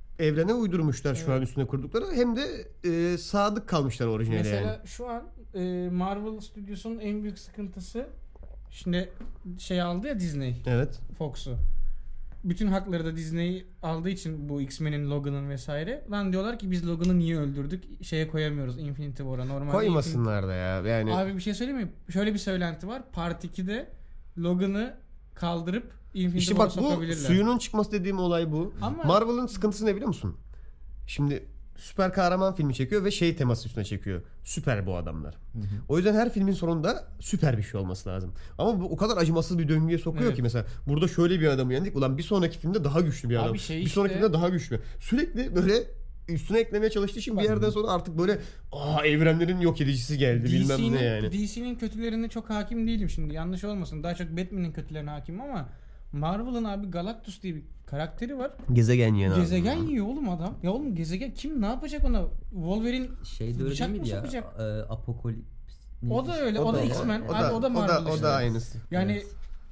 evrene uydurmuşlar şu Evet. an üstüne kurdukları, hem de sadık kalmışlar orijinale Mesela yani. şu an Marvel Studios'un en büyük sıkıntısı, şimdi şey aldı ya Disney, Evet. Fox'u. Bütün hakları da Disney aldığı için bu X-Men'in, Logan'ın vesaire. Lan diyorlar ki biz Logan'ı niye öldürdük? Şeye koyamıyoruz, Infinity War'a. Normalde Koymasınlar da ya. Yani Abi bir şey söyleyeyim mi? Şöyle bir söylenti var. Part 2'de Logan'ı kaldırıp Infinity işte War'a bak, bu sokabilirler. suyunun çıkması dediğim olay bu. Ama- Marvel'ın sıkıntısı ne biliyor musun? Şimdi süper kahraman filmi çekiyor ve şey teması üstüne çekiyor. Süper bu adamlar. O yüzden her filmin sonunda süper bir şey olması lazım. Ama bu o kadar acımasız bir döngüye sokuyor Evet. ki, mesela burada şöyle bir adamı yendik. Ulan bir sonraki filmde daha güçlü bir Abi adam. şey bir sonraki işte- filmde daha güçlü. Sürekli böyle üstüne eklemeye çalıştığı için bir yerden sonra artık böyle evrenlerin yok edicisi geldi bilmem ne yani. DC'nin kötülerine çok hakim değilim şimdi. Yanlış olmasın. Daha çok Batman'in kötülerine hakimim ama Marvel'ın abi Galactus diye bir karakteri var. Gezegen yiyen abi. Gezegen yiyor oğlum adam. Ya oğlum gezegen kim ne yapacak ona? Wolverine Şey de öyle bıçak değil mı miydi ya? sokacak? Apokalips. O da öyle. O da X-Men. Abi o da Marvel o işte. da aynısı. Yani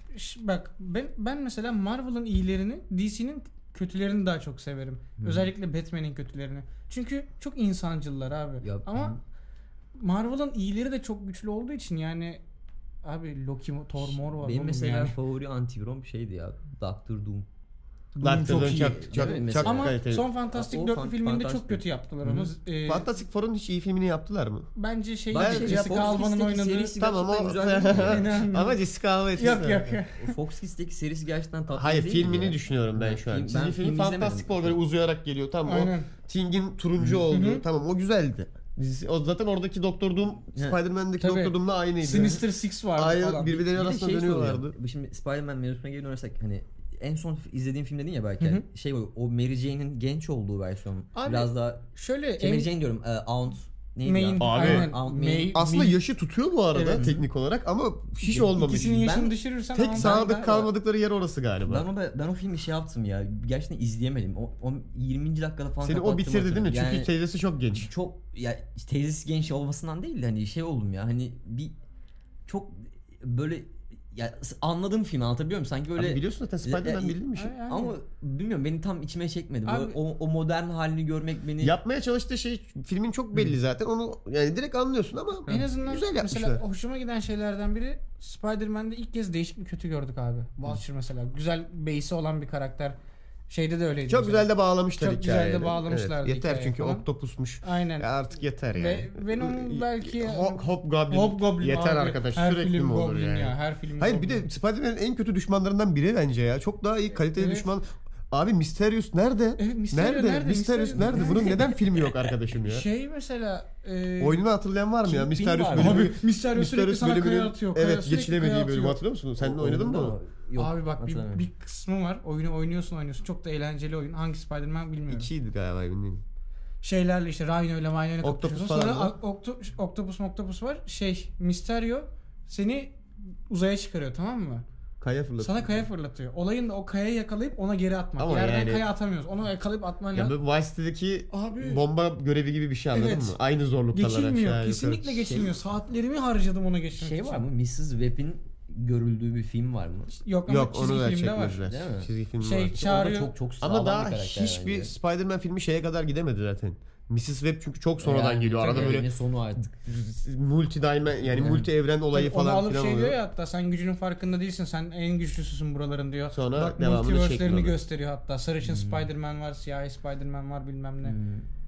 bak ben mesela Marvel'ın iyilerini, DC'nin kötülerini daha çok severim. Özellikle Batman'in kötülerini. Çünkü çok insancıllar abi. Ya, Ama Marvel'ın iyileri de çok güçlü olduğu için yani abi Loki, Thor, Mor var. Benim oğlum mesela yani. favori anti-hero şeydi ya. Doctor Doom. Doctor çok Doom iyi. çok Değil mi mesela? Ama kaliteli. son Fantastic O 4 filminde çok Fantastic. kötü yaptılar onu. Fantastic Four'un hiç iyi filmini yaptılar mı? Bence şey Ben- Jessica Fox Alba'nın oynadığı. serisi Tamam o gerçekten güzel değil mi? ama Jessica Alba etkisi Yok var. yok. O Fox Kids'teki serisi gerçekten tatlı Hayır, değil mi filmini ya? düşünüyorum ben şu an. Ben Çizgi film film Fantastic izlemedim. Four böyle uzayarak geliyor. Tamam, Aynen. o Thing'in turuncu oldu. Tamam, o güzeldi. O zaten oradaki Doktor Doom, Spider-Man'deki Tabii. Doktor Doom'la aynıydı. Sinister Six vardı Aynı falan. birbirleri Bir de arasında şey dönüyorlardı. soracağım. Şimdi Spider-Man mevzusuna geri dönersek hani en son izlediğim film dedin ya belki. Şey o Mary Jane'in genç olduğu versiyon. Abi, Biraz daha Şöyle Mary Jane diyorum. Aunt neydi main, ya? Abi, aynen. Aunt Aslında yaşı tutuyor bu arada Evet. teknik olarak ama hiç olmamış. İkisinin yaşını Ben düşürürsen Tek ama sadık ben- kalmadıkları yer orası galiba. Ben o filmi şey yaptım ya. Gerçekten izleyemedim. O 20. dakikada falan Seni o kapattım bitirdi değil mi? hatırlıyorum. Çünkü teyzesi çok genç. Çok ya teyzesi genç olmasından değil de hani şey oldum ya hani bir çok böyle ya anladığım film anlatabiliyor muyum? Sanki böyle Abi biliyorsun zaten Spider-Man bildiğin bir şey. Yani. ama bilmiyorum beni tam içime çekmedi. Böyle Abi- o modern halini görmek beni Yapmaya çalıştığı şey filmin çok belli zaten. Onu yani direkt anlıyorsun ama En azından güzel yapmışlar. mesela hoşuma giden şeylerden biri Spider-Man'de ilk kez değişik bir kötü gördük abi. Vulture mesela. Güzel base'i olan bir karakter. Şeyde de öyleydi. Çok mesela. güzel de bağlamışlar Çok güzel de hikayeyi. bağlamışlardı Evet, yeter hikayeyi çünkü falan. Octopus'muş. Aynen. Ya artık yeter yani. Ve Venom belki Hobgoblin. Hobgoblin Yeter abi. arkadaş, Her sürekli film mi olur Goblin yani? ya. Her film Hayır, Goblin. bir de Spider-Man'in en kötü düşmanlarından biri bence ya. Çok daha iyi kaliteli Evet. düşman. Abi Mysterious nerede? Evet, Mysterio nerede? Mysterious Mysterio nerede? Bunun neden filmi yok arkadaşım ya? Şey mesela Oyununu hatırlayan var mı ya? Kingpin Mysterious var. bölümü. Abi Mysterio sürekli sana kaya bölümünün- atıyor. Kaya Evet, sürekli geçilemediği kaya bölümü atıyor. hatırlıyor musun? Sen de oynadın Oynadım mı? ama yok, Abi bak hatırlamıyorum. bir kısmı var. Oyunu oynuyorsun. Çok da eğlenceli oyun. Hangi Spider-Man bilmiyorum. İkiydi galiba, emin değilim. Şeylerle işte Rhino ile Mino ile Octopus kapışıyorsun. falan Sonra var. Octopus var. Mysterio seni uzaya çıkarıyor, tamam mı? Kaya fırlatıyor. Sana kaya fırlatıyor. Olayın da o kayayı yakalayıp ona geri atmak. Ama Yerden yani- kaya atamıyoruz. Onu yakalayıp atman Ya lazım. bu Vice City'deki Abi bomba görevi gibi bir şey, anladın Evet. mı? Aynı zorluktalar aşağı geçilmiyor. yukarı. Kesinlikle geçilmiyor. Saatlerimi harcadım ona geçmek şey için. var mı? Mrs. Web'in görüldüğü bir film var mı? Yok ama Yok, onu çizgi da filmde var. çekmediler. Değil mi? Çizgi film Şey, var. O da çağırıyor. çok sağlam Ama bir daha karakter hiçbir bence. Spider-Man filmi şeye kadar gidemedi zaten. Mrs. Web çünkü çok sonradan Yani geliyor. Arada tabii böyle evrenin sonu artık. multi yani multi evren olayı Onu falan alıp filan şey oluyor. diyor ya, hatta sen gücünün farkında değilsin. Sen en güçlüsüsün buraların diyor. Sonra Bak devamını multiverse'lerini çekmiyorlar. gösteriyor hatta. Sarışın Spider-Man var, siyahi Spider-Man var bilmem ne.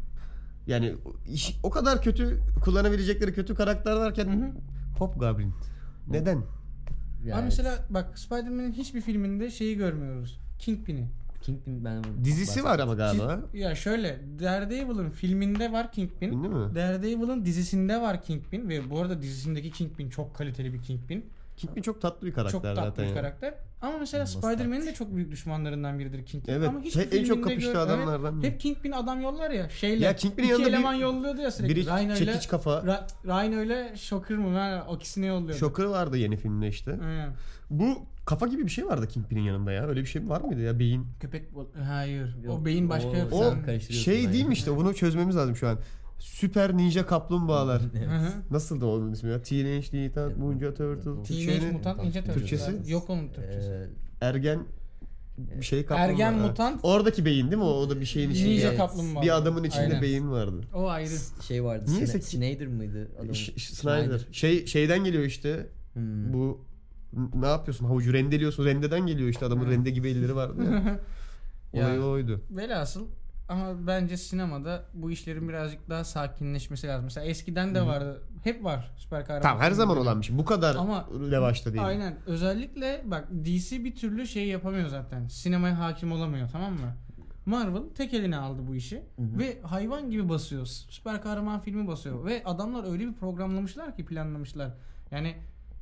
Yani o kadar kötü kullanabilecekleri kötü karakter varken Hobgoblin. Neden? Yani Ama mesela bak Spider-Man'in hiçbir filminde şeyi görmüyoruz. Kingpin'i. Kingpin ben Dizisi var ama galiba. Ya şöyle Daredevil'ın filminde var Kingpin. Değil mi? Daredevil'ın dizisinde var Kingpin ve bu arada dizisindeki Kingpin çok kaliteli bir Kingpin. Kingpin çok tatlı bir karakter Çok tatlı zaten bir ya. karakter. Ama mesela Nasıl Spider-Man'in de çok büyük düşmanlarından biridir Kingpin. Evet, Ama hiçbir en çok filminde kapıştığı evet, adamlardan biri. hep Kingpin adam yollar ya. Şeyle. Ya Kingpin'in iki yanında eleman yolluyordu ya sürekli. Biri Rhino ile çekiç kafa. Rhino ile Shocker mı? Ha, o ikisini yolluyordu. Shocker vardı yeni filmde işte. Aynen. Bu kafa gibi bir şey vardı Kingpin'in yanında ya. Öyle bir şey var mıydı ya, beyin? Hayır. Yok, o beyin başka. o- yok. O Sen karıştırıyorsun şey bence. değil mi işte, bunu çözmemiz lazım şu an. Süper Ninja Kaplumbağalar. Hı hı. Nasıl da onun ismi ya? Teenage Mutant Ninja Turtle. Teenage Türkçe'nin Mutant Ninja Turtles. Türkçesi? Yok onun Türkçesi. Ergen bir şey kaplumbağa. Ergen mutant. Oradaki beyin değil mi? O da bir şeyin içinde. Ninja Evet. kaplumbağa. Bir adamın içinde Aynen. beyin vardı. O ayrı. Şey vardı. Niye Snyder mıydı? Adam? Snyder. Şeyden geliyor işte. Hmm. Bu ne yapıyorsun? Havucu rendeliyorsun. Rendeden geliyor işte. Adamın rende gibi elleri vardı ya. Olayı oydu. Velhasıl ama bence sinemada bu işlerin birazcık daha sakinleşmesi lazım. Mesela eskiden de vardı. Hep var süper kahraman. Tamam, her zaman filmleri. olan bir şey. Bu kadar Ama revaçta değil. aynen. Özellikle bak DC bir türlü şey yapamıyor zaten. Sinemaya hakim olamıyor, tamam mı? Marvel tek eline aldı bu işi ve hayvan gibi basıyor. Süper kahraman filmi basıyor ve adamlar öyle bir programlamışlar ki, planlamışlar. Yani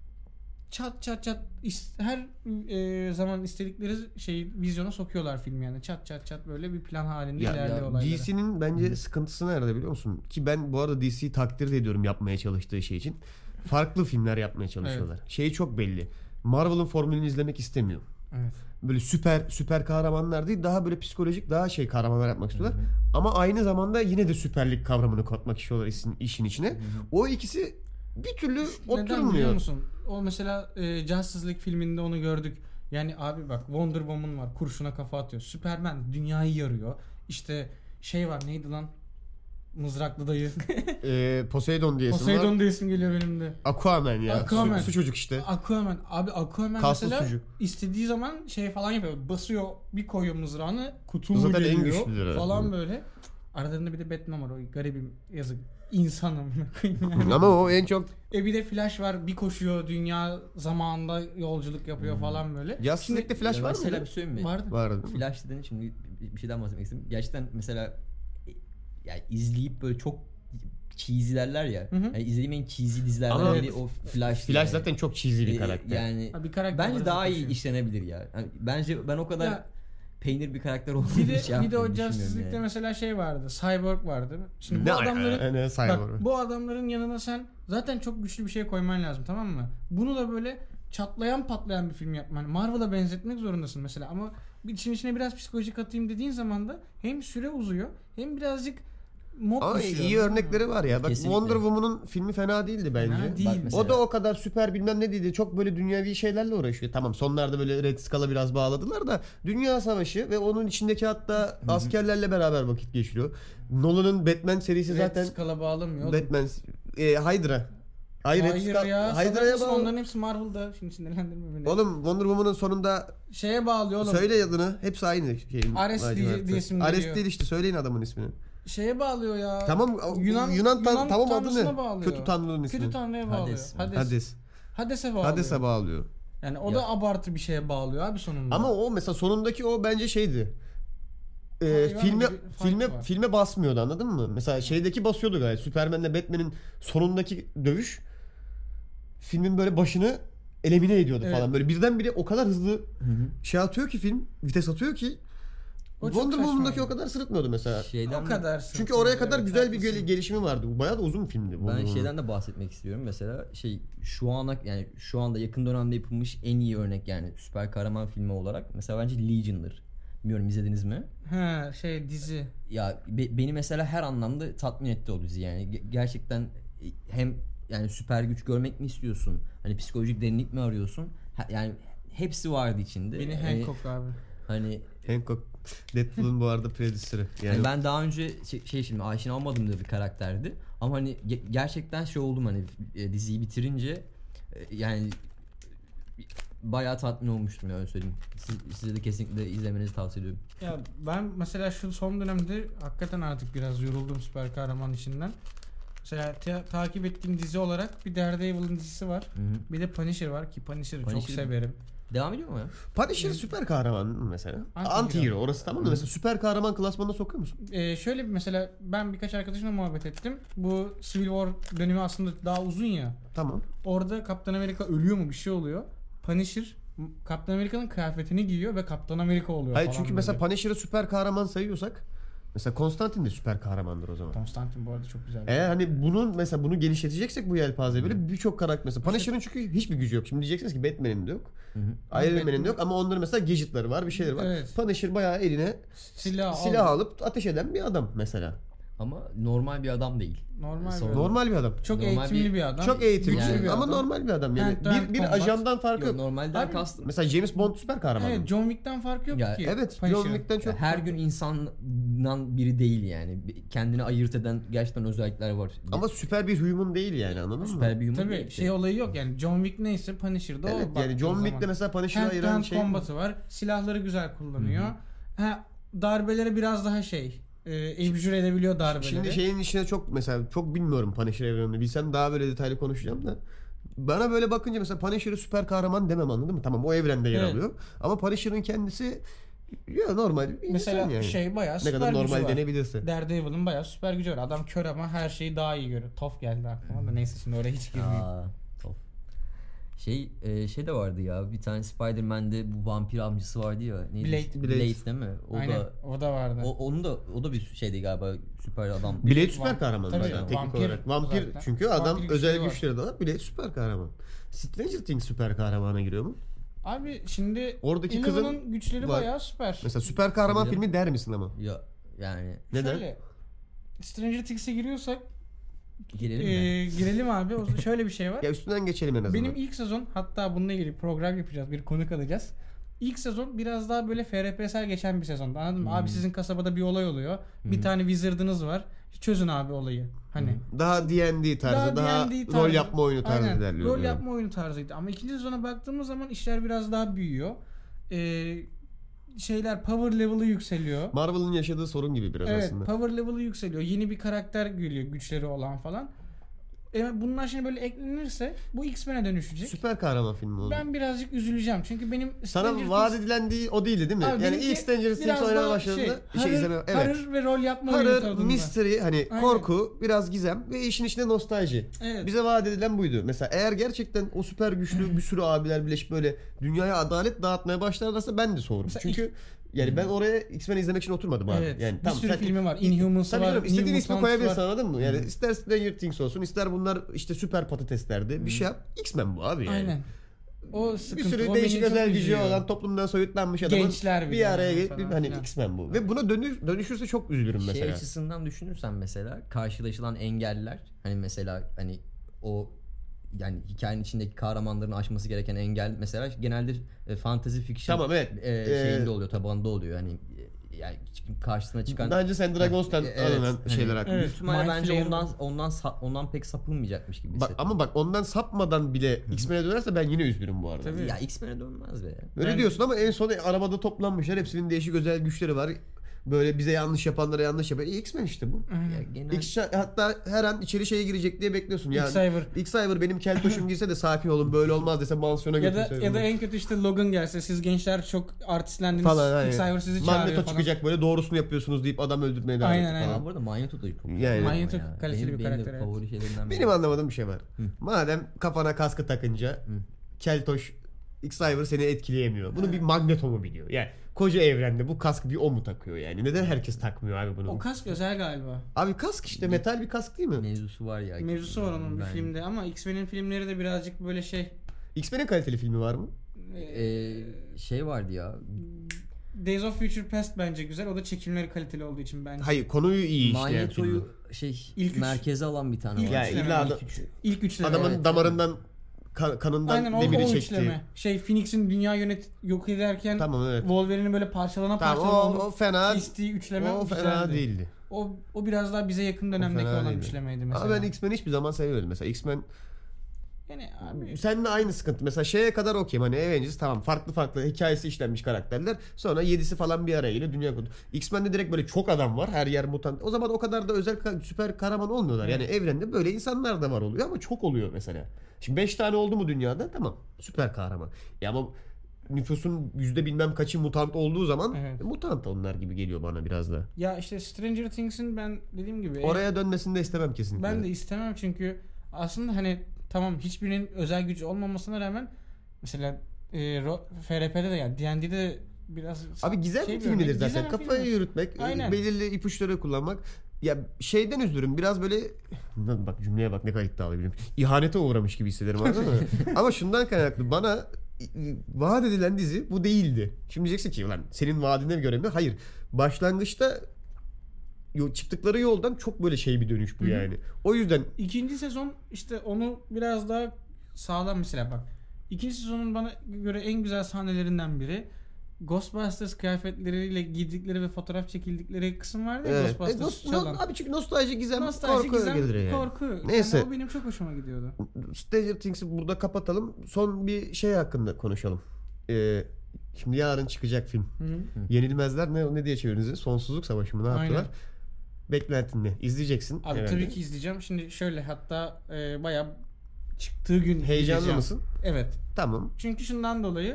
çat çat çat her zaman istedikleri şeyi vizyona sokuyorlar filmi yani. Çat çat çat böyle bir plan halinde ilerliyor olayları. DC'nin bence sıkıntısı nerede biliyor musun? Ki ben bu arada DC'yi takdir de ediyorum yapmaya çalıştığı şey için. Farklı filmler yapmaya çalışıyorlar. Şeyi çok belli. Marvel'ın formülünü izlemek istemiyor. Evet. Böyle süper kahramanlar değil, daha böyle psikolojik, daha kahramanlar yapmak istiyorlar. Ama aynı zamanda yine de süperlik kavramını katmak istiyorlar işin içine. O ikisi bir türlü Neden biliyor oturmuyor. musun? O mesela Justice League filminde onu gördük. Yani abi bak, Wonder Woman var, kurşuna kafa atıyor. Superman dünyayı yarıyor. İşte şey var, neydi lan? Mızraklı dayı. Poseidon diye isim var. Poseidon diye isim geliyor benim de. Aquaman ya. Aquaman. Su çocuk işte. Aquaman. Abi Aquaman Kaslı mesela sucuk. istediği zaman şey falan yapıyor. Basıyor, bir koyuyor mızrağını. Kutumlu Zaten en geliyor güçlüleri. falan böyle. Aralarında bir de Batman var. O garibim, yazık. İnsanım. Yani. Ama o en çok Bir de Flash var. Bir koşuyor. Dünya zamanında yolculuk yapıyor falan böyle. Justice League'de Flash var Mesela mı? bir söyleyeyim mi? Vardı. Vardı. Flash dedin, şimdi bir şeyden bahsetmek istedim. Gerçekten mesela yani izleyip böyle çok cheesy derler ya. Yani izlediğim en cheesy dizilerden Ama biri o Flash. Flash zaten çok cheesy bir karakter. Yani Ha, bir karakter bence olarak daha iyi taşıyor. işlenebilir ya. Yani bence ben o kadar Ya, peynir bir karakter olduğunu Bir de, hiç bir de o yapmıyorum, Justice düşünmüyorum League'de yani. mesela şey vardı. Cyborg vardı. Şimdi bu Ne adamların ne sayılır? bak, bu adamların yanına sen zaten çok güçlü bir şey koyman lazım, tamam mı? Bunu da böyle çatlayan patlayan bir film yapman. Marvel'a benzetmek zorundasın mesela, ama işin içine biraz psikolojik atayım dediğin zaman da hem süre uzuyor hem birazcık mod Ama düşüyor. iyi örnekleri var ya. Bak, Kesinlikle. Wonder Woman'ın filmi fena değildi bence. Fena değil. Bak mesela- O da o kadar süper bilmem ne değildi. Çok böyle dünyevi şeylerle uğraşıyor. Tamam, sonlarda böyle Red Skull'a biraz bağladılar da Dünya Savaşı ve onun içindeki hatta askerlerle beraber vakit geçiriyor. Nolan'ın Batman serisi zaten Red Skull'a bağlamıyor. oğlum. Batman Hydra. Hayır Red Skull- ya. Hydra'ya Hydra'ya bağlı. onların hepsi Marvel'da. Şimdi sinirlendirme beni. Oğlum, Wonder Woman'ın sonunda Şeye bağlıyor oğlum. söyle adını. Hepsi aynı şeyin. Ares diye isim Ares geliyor. değil işte, söyleyin adamın ismini. Şeye bağlıyor ya. Tamam, Yunan tamam, adı tanrısına ne? bağlıyor. Kötü tanrının ismi. Kötü tanrıya bağlıyor. Hades. Hades. Hades'e bağlıyor. Hades'e bağlıyor. Yani o da abartı bir şeye bağlıyor abi sonunda. Ama o mesela sonundaki o bence şeydi. Hayvan Filme gibi fight var. filme basmıyordu, anladın mı? Mesela şeydeki basıyordu gayet. Superman'le Batman'in sonundaki dövüş filmin böyle başını elimine ediyordu Evet. falan. Böyle birdenbire o kadar hızlı şey atıyor ki film, vites atıyor ki O çok Wonder Woman'daki saçmaydı. o kadar sırıtmıyordu mesela. Şeyden o de- kadar. Çünkü oraya kadar Evet, güzel bir haklısın. gelişimi vardı. Bu bayağı da uzun bir filmdi. Wonder Ben Woman. şeyden de bahsetmek istiyorum. Mesela şu anda yakın dönemde yapılmış en iyi örnek yani süper kahraman filmi olarak mesela bence Legion'dır. Bilmiyorum, izlediniz mi? Ha, dizi. Ya beni mesela her anlamda tatmin etti o dizi yani. Gerçekten hem yani süper güç görmek mi istiyorsun? Hani psikolojik derinlik mi arıyorsun? Yani hepsi vardı içinde. Beni Hancock abi. Hani Hancock Deadpool'un bu arada prodüsörü. yani ben daha önce şimdi aşina olmadığım da bir karakterdi. Ama hani gerçekten şey oldum hani diziyi bitirince yani bayağı tatmin olmuştum ya, öyle söyleyeyim. Size de kesinlikle izlemenizi tavsiye ediyorum. Ya ben mesela şu son dönemde hakikaten artık biraz yoruldum süper kahraman işinden. Mesela takip ettiğim dizi olarak bir Daredevil'ın dizisi var. Hı-hı. Bir de Punisher var ki Punisher'ı çok Punisher- severim. Devam ediyor mu ya? Punisher süper kahraman mı mesela? Anti-hero. Anti-hero orası, tamam mı? Mesela süper kahraman klasmanına sokuyor musun? Şöyle bir mesela ben birkaç arkadaşımla muhabbet ettim. Bu Civil War dönemi aslında daha uzun ya. Tamam. Orada Kaptan Amerika ölüyor mu, bir şey oluyor. Punisher Kaptan Amerika'nın kıyafetini giyiyor ve Kaptan Amerika oluyor Hayır, falan çünkü böyle. mesela Punisher'ı süper kahraman sayıyorsak mesela Konstantin de süper kahramandır o zaman. Konstantin bu arada çok güzel. Eğer hani bunu genişleteceksek bu yelpazeyi böyle birçok karakter mesela Punisher'ın çünkü hiçbir gücü yok. Şimdi diyeceksiniz ki Batman'in de yok. Iron Man'in de yok ama onların mesela gadget'ları var, bir şeyleri var. Evet. Punisher bayağı eline silah alıp ateş eden bir adam mesela. Ama normal bir adam değil. Normal bir adam. Çok Normal eğitimli bir adam. Çok eğitimli Yani- ama normal bir adam. Yani bir combat. ajandan farkı Yok, yok. normalden Abi- kastım. Mesela James Bond süper kahraman. Evet, John Wick'ten farkı yok Ya, ki. Evet, Punisher. John Wick'ten çok. Her gün insandan biri değil yani. Kendini ayırt eden gerçekten özellikler var. Ama süper bir human değil yani, anladın mı? süper bir human Tabii değil. şey olayı yok yani. John Wick neyse Punisher'da o. Evet, yani baktığın John zaman. Wick'te mesela Punisher'ı Hand ayıran to hand şey. combat'ı var. Silahları güzel kullanıyor. Darbeleri biraz daha evcür edebiliyor darbeleri. Şimdi şeyin içine çok mesela çok bilmiyorum Punisher evrenini. Bilsem daha böyle detaylı konuşacağım da. Bana böyle bakınca mesela Punisher'ı süper kahraman demem, anladın mı? Tamam, o evrende yer Evet. alıyor. Ama Punisher'ın kendisi ya normal bir Mesela insan yani. bayağı Ne süper kadar gücü normal var. denebilirse. Daredevil'ın bayağı süper gücü var. Adam kör ama her şeyi daha iyi görüyor. Tof geldi aklıma da neyse şimdi oraya hiç girmeyeyim. Top. Şey de vardı ya. Bir tane Spider-Man'de bu vampir amcası vardı ya. Neydi? Blade. Blade değil mi? Aynen o da vardı. O da bir şeydi galiba, süper adam. Blade süper kahraman Tabii, mesela teknik vampir olarak. Vampir zaten. çünkü adam Vampir özel güçleri var. güçleri de var. Blade süper kahraman. Stranger Things süper kahramana giriyor mu? Abi şimdi Oradaki Eleven'ın kızın güçleri var. bayağı süper. Mesela süper kahraman Tabii canım. filmi der misin ama? Ya yani Neden? Şöyle, Stranger Things'e giriyorsak girelim mi? girelim abi. Şöyle bir şey var. Ya üstünden geçelim en azından. Benim ilk sezon, hatta bununla ilgili program yapacağız. Bir konuk alacağız. İlk sezon biraz daha böyle FRP'sel geçen bir sezondu. Anladın mı? Abi sizin kasabada bir olay oluyor. Bir tane wizard'ınız var. Çözün abi olayı. Hani Daha D&D tarzı, daha D&D rol yapma oyunu tarzı Aynen, ilerliyor. rol yani. yapma oyunu tarzıydı. Ama ikinci sezona baktığımız zaman işler biraz daha büyüyor. Power level'ı yükseliyor. Marvel'ın yaşadığı sorun gibi biraz Evet, aslında. power level'ı yükseliyor. Yeni bir karakter geliyor, güçleri olan falan. Bunlar şimdi böyle eklenirse bu X-Men'e dönüşecek. Süper kahraman filmi oldu. Ben birazcık üzüleceğim. Çünkü benim Sana vaat edilen o değildi değil mi? Abi Yani benimki ilk Stranger Things biraz oynamaya daha başladığında horror, izleme. Evet. horror ve rol yapma oyunu Horror, tadında. mystery, hani Aynen. korku, biraz gizem ve işin içinde nostalji. Evet. Bize vaat edilen buydu. Mesela eğer gerçekten o süper güçlü bir sürü abiler birleşip böyle dünyaya adalet dağıtmaya başlarlarsa ben de soğurum. Mesela Çünkü yani ben oraya X-Men izlemek için oturmadım abi. Evet. Yani Bir sürü filmi var. Inhumans Tabii var. canım, istediğin New ismi Mutants koyabilirsin, var. anladın mı? Yani ister Stranger Things olsun, ister bunlar işte süper patateslerdi. Bir şey yap. X-Men bu abi yani. Aynen. O Bir sıkıntı. sürü o değişik beni çok özel gücü üzüyor. olan toplumdan soyutlanmış adamın Gençler bir bir de araya yani gelip falan hani filan. X-Men bu. Ve buna dönüşürse çok üzülürüm mesela. Şey açısından düşünürsen mesela karşılaşılan engeller, hani mesela hani o yani hikayenin içindeki kahramanların aşması gereken engel mesela genelde fantasy fiction Tamam, evet. şeyinde oluyor, tabanında oluyor. Hani yani karşısına çıkan Bence sen Dragons'tan alınan şeyler hakkında. Evet. büyük ihtimalle Mind bence Flayer- ondan pek sapılmayacakmış gibi Bak, hissettim. ama bak ondan sapmadan bile X-Men'e dönerse ben yine üzülürüm bu arada. Tabii. Ya X-Men'e dönmez be. Öyle Ben- diyorsun ama en son arabada toplanmışlar. Hepsinin değişik özel güçleri var. Böyle bize yanlış yapanlara yanlış yapıyor. X-Men işte bu. Ya genel Hatta her an içeri şeye girecek diye bekliyorsun. Ya X-Cyber. X-Cyber benim keltoşum girse de sakin olun böyle olmaz dese mansiyona Ya da götürse. ya da en kötü işte Logan gelse, siz gençler çok artistlendiniz. falan. Aynen. X-Cyber sizi çağırıyor Magneto falan. çıkacak böyle doğrusunu yapıyorsunuz deyip adam öldürmeye devam Aynen, ediyor aynen. falan. Aa, bu arada Magneto da çok Yani. Magneto ya. kaliteli bir Benim karakter, de evet. favori şeylerimden biri. Benim anlamadığım bir şey var. Madem kafana kaskı takınca keltoş X-Cyber seni etkileyemiyor. Bunu bir Magneto mu biliyor? Yani koca evrende bu kaskı bir o mu takıyor yani? Neden herkes takmıyor abi bunu? O kask özel galiba. Abi kask işte metal bir kask değil mi? Mevzusu var ya. Mevzusu var onun bir Ben- filmde ama X-Men'in filmleri de birazcık böyle X-Men'in kaliteli filmi var mı? Şey vardı ya. Days of Future Past bence güzel. O da çekimleri kaliteli olduğu için bence. Hayır, konuyu iyi işleyen film. Magneto'yu İlk üç. merkeze alan bir tane İlk var. Ya üçleme, illa İlk üçleme. adamın evet. damarından kanından Aynen o demiri çekti. üçleme. Phoenix'in dünya yok ederken Tamam, evet. Wolverine'i böyle parçalana Tamam, parçalana o fena kestiği üçleme o fena güzeldi. değildi. O biraz daha bize yakın dönemdeki fena olan değildi. üçlemeydi mesela. Ama ben X-Men'i hiçbir zaman seviyorum. Mesela X-Men Yani abi seninle aynı sıkıntı. Mesela şeye kadar okeyim, hani Avengers tamam, farklı hikayesi işlenmiş karakterler. Sonra 7'si falan bir araya geliyor, dünya kurdu. X-Men'de direkt böyle çok adam var, her yer mutant. O zaman o kadar da özel süper kahraman olmuyorlar. Yani evrende böyle insanlar da var oluyor ama çok oluyor mesela. Şimdi 5 tane oldu mu dünyada, tamam, süper kahraman. Ya ama nüfusun yüzde bilmem kaçı mutant olduğu zaman Evet. mutant onlar gibi geliyor bana biraz da. ya işte Stranger Things'in ben dediğim gibi Oraya dönmesini de istemem kesinlikle. ben de istemem çünkü aslında hani tamam hiçbirinin özel gücü olmamasına rağmen mesela FRP'de de yani D&D'de de biraz Abi gizem şey bir bir filmidir örnek. zaten. Gizem Kafayı filmi. yürütmek, Aynen. belirli ipuçları kullanmak. Ya şeyden üzülürüm biraz böyle, bak cümleye bak ne kadar iddialı biliyorum. İhanete uğramış gibi hissederim, anladın mı? Ama şundan kaynaklı, bana vaat edilen dizi bu değildi. Şimdi diyeceksin ki ulan senin vaadine göre mi? Hayır. Başlangıçta çıktıkları yoldan çok böyle şey bir dönüş bu yani. O yüzden İkinci sezon işte onu biraz daha sağlam mesela bak. İkinci sezonun bana göre en güzel sahnelerinden biri Ghostbusters kıyafetleriyle giydikleri ve fotoğraf çekildikleri kısım vardı ya, evet. Ghostbusters çalan. Abi çünkü nostalji, gizem, Nostalji, korku gizem, gelir yani. korku. Neyse. Yani o benim çok hoşuma gidiyordu. Stranger Things'i burada kapatalım. Son bir şey hakkında konuşalım. Şimdi yarın çıkacak film. Yenilmezler ne diye çevirdiniz? Sonsuzluk Savaşı mı? Ne yaptılar? Aynen. Beklentin ne? İzleyeceksin. Abi herhalde. tabii ki izleyeceğim. Şimdi şöyle bayağı çıktığı gün Heyecanlı izleyeceğim. mısın? Evet. Tamam. Çünkü şundan dolayı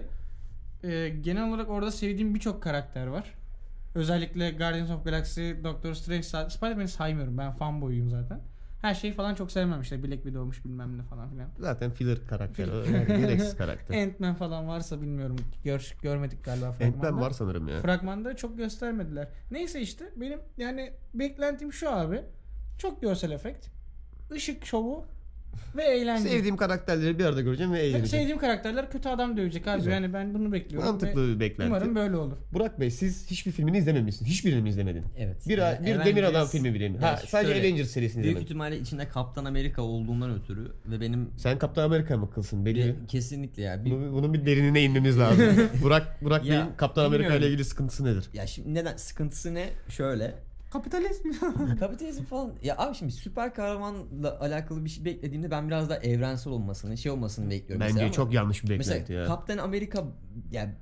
genel olarak orada sevdiğim birçok karakter var. Özellikle Guardians of Galaxy, Doctor Strange, Spider-Man'i saymıyorum. Ben fanboyuyum zaten. Her şeyi falan çok sevmem işte. Black Widow'muş bilmem ne falan filan. Zaten filler karakter. Yani gereksiz karakter. Ant-Man falan varsa bilmiyorum. Görmedik galiba fragmanda. Ant-Man var sanırım ya. Fragmanda çok göstermediler. Neyse işte benim yani beklentim şu abi. Çok görsel efekt, ışık şovu ve eğlence. Sevdiğim karakterleri bir arada göreceğim ve eğleneceğim. Sevdiğim karakterler kötü adam dövecek abi. Güzel. Yani ben bunu bekliyorum. Mantıklı ve bir beklenti. umarım böyle olur. Burak Bey, siz hiçbir filmini izlememişsiniz. Hiçbirini mi izlemedin? Evet. Bir Yani Demir Adam Avengers- filmi bile mi? Ya Ha, sadece şöyle, Avengers serisini Büyük izlemedim. ihtimalle içinde Kaptan Amerika olduğundan ötürü ve benim Sen Kaptan Amerika mı kılsın? Belli. kesinlikle ya. Bunun bir derinine inmemiz lazım. Burak Ya, Bey'in Kaptan Amerika ile bilmiyorum. ilgili sıkıntısı nedir? Ya şimdi neden sıkıntısı ne? Şöyle. Kapitalizm. Kapitalizm falan. Ya abi şimdi süper kahramanla alakalı bir şey beklediğimde ben biraz daha evrensel olmasını, şey olmasını bekliyorum. Bence mesela çok yanlış bir beklenti mesela ya. Kaptan Amerika ya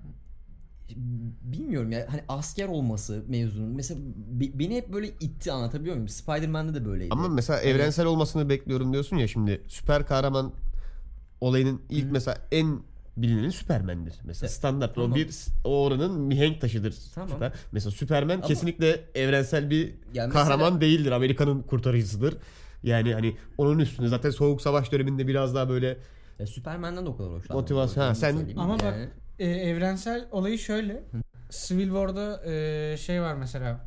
bilmiyorum ya hani asker olması mevzunun mesela beni hep böyle itti, anlatabiliyor muyum? Spider-Man'de de böyleydi. Ama mesela Hani- evrensel olmasını bekliyorum diyorsun ya, şimdi süper kahraman olayının ilk mesela en bilineni Superman'dir. Mesela standart tamam. o oranın mihenk taşıdır. Tamam. Mesela Superman Ama- kesinlikle evrensel bir Ya mesela- kahraman değildir. Amerika'nın kurtarıcısıdır. Yani hani onun üstünde zaten Soğuk Savaş döneminde biraz daha böyle Ya Superman'den de o kadar hoşlanmadım. Motivasyon, ha, Onu sen- söyleyeyim. Ama bak Yani- evrensel olayı şöyle. Civil War'da şey var mesela.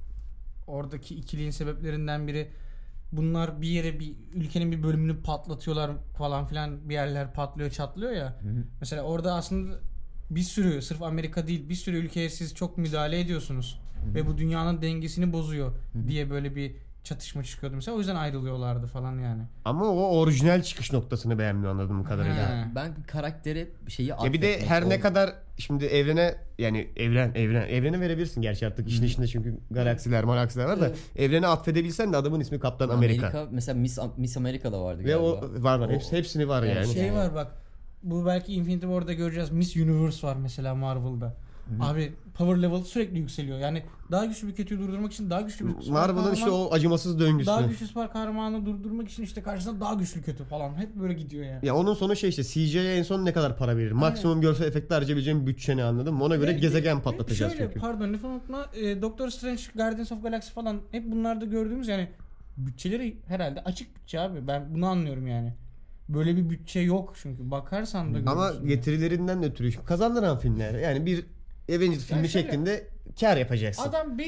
Oradaki ikiliğin sebeplerinden biri, bunlar bir yere, bir ülkenin bir bölümünü patlatıyorlar falan filan, bir yerler patlıyor çatlıyor ya. Mesela orada aslında bir sürü, sırf Amerika değil, bir sürü ülkeye siz çok müdahale ediyorsunuz ve bu dünyanın dengesini bozuyor diye böyle bir çatışma çıkıyordu mesela. O yüzden ayrılıyorlardı falan yani. ama o orijinal çıkış noktasını beğenmiyor anladığım kadarıyla. Ha. Ya ben karaktere şeyi Ya bir de atfetmek, her ne o- kadar şimdi evrene, yani evrene verebilirsin gerçi artık işin içinde, çünkü galaksiler var da evrene atfedebilsen de adamın ismi Kaptan Amerika. Mesela Miss Amerika da vardı Ve galiba. o var hepsini var yani. Şey var bak. Bu belki Infinity War'da göreceğiz. Miss Universe var mesela Marvel'da. Abi power level sürekli yükseliyor. Yani daha güçlü bir kötüyü durdurmak için daha güçlü bir süper Marvel'ın işte kahraman, o acımasız döngüsü. daha güçlü süper kahramanı durdurmak için işte karşısında daha güçlü kötü falan. Hep böyle gidiyor yani. Ya onun sonu şey işte, CGI'ye en son ne kadar para verir? Maksimum görsel efekte harcayabileceğin bütçeni, anladın mı? Ona göre gezegen patlatacağız şöyle, çünkü. pardon lafını unutma. Doctor Strange, Guardians of Galaxy falan hep bunlarda gördüğümüz yani bütçeleri herhalde açık bütçe abi. Ben bunu anlıyorum yani. Böyle bir bütçe yok çünkü. Bakarsan da Ama görürsün. getirilerinden ötürü kazandıran filmler. Yani bir Avengers filmi şöyle, şeklinde kar yapacaksın. Adam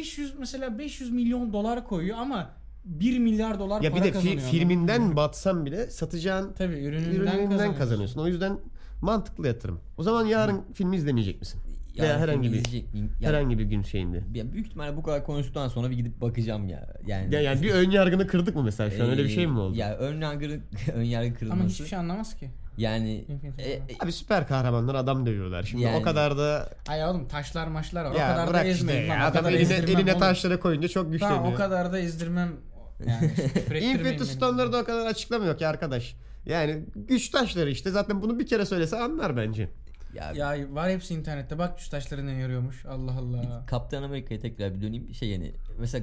500 milyon dolar koyuyor ama 1 milyar dolar Ya bir para de kazanıyor. filminden batsan bile satacağın Tabii ürününden kazanıyorsun. O yüzden mantıklı yatırım. O zaman yarın filmi izlemeyecek misin? Yani Veya herhangi filmi bir izleyecek miyim? Yani- herhangi bir gün şeyinde. Ya büyük ihtimalle bu kadar konuştuktan sonra bir gidip bakacağım ya. Yani Yani bir ön yargını kırdık mı mesela, şu an öyle bir şey mi oldu? Ya ön yargı kırılması. Ama hiçbir şey anlamaz ki. Yani Infinity Abi süper kahramanlar adam dövüyorlar. Şimdi Yani- o kadar da Ay oğlum taşlar maçlar var. O ya kadar da bırak işte ezmeyin lan. ya. O Adam kadar ezdirmem eline oğlum. taşlara koyunca çok güçleniyor. Tamam, o kadar da ezdirmem. Yani ürettirmeyin Infinity beni. Stone'ları da o kadar açıklamıyor ki arkadaş. Yani güç taşları işte, zaten bunu bir kere söylese anlar bence. ya, Ya var hepsi internette. Bak şu taşları ne yarıyormuş. Allah Allah. Kaptan Amerika'ya tekrar bir döneyim. Şey yani mesela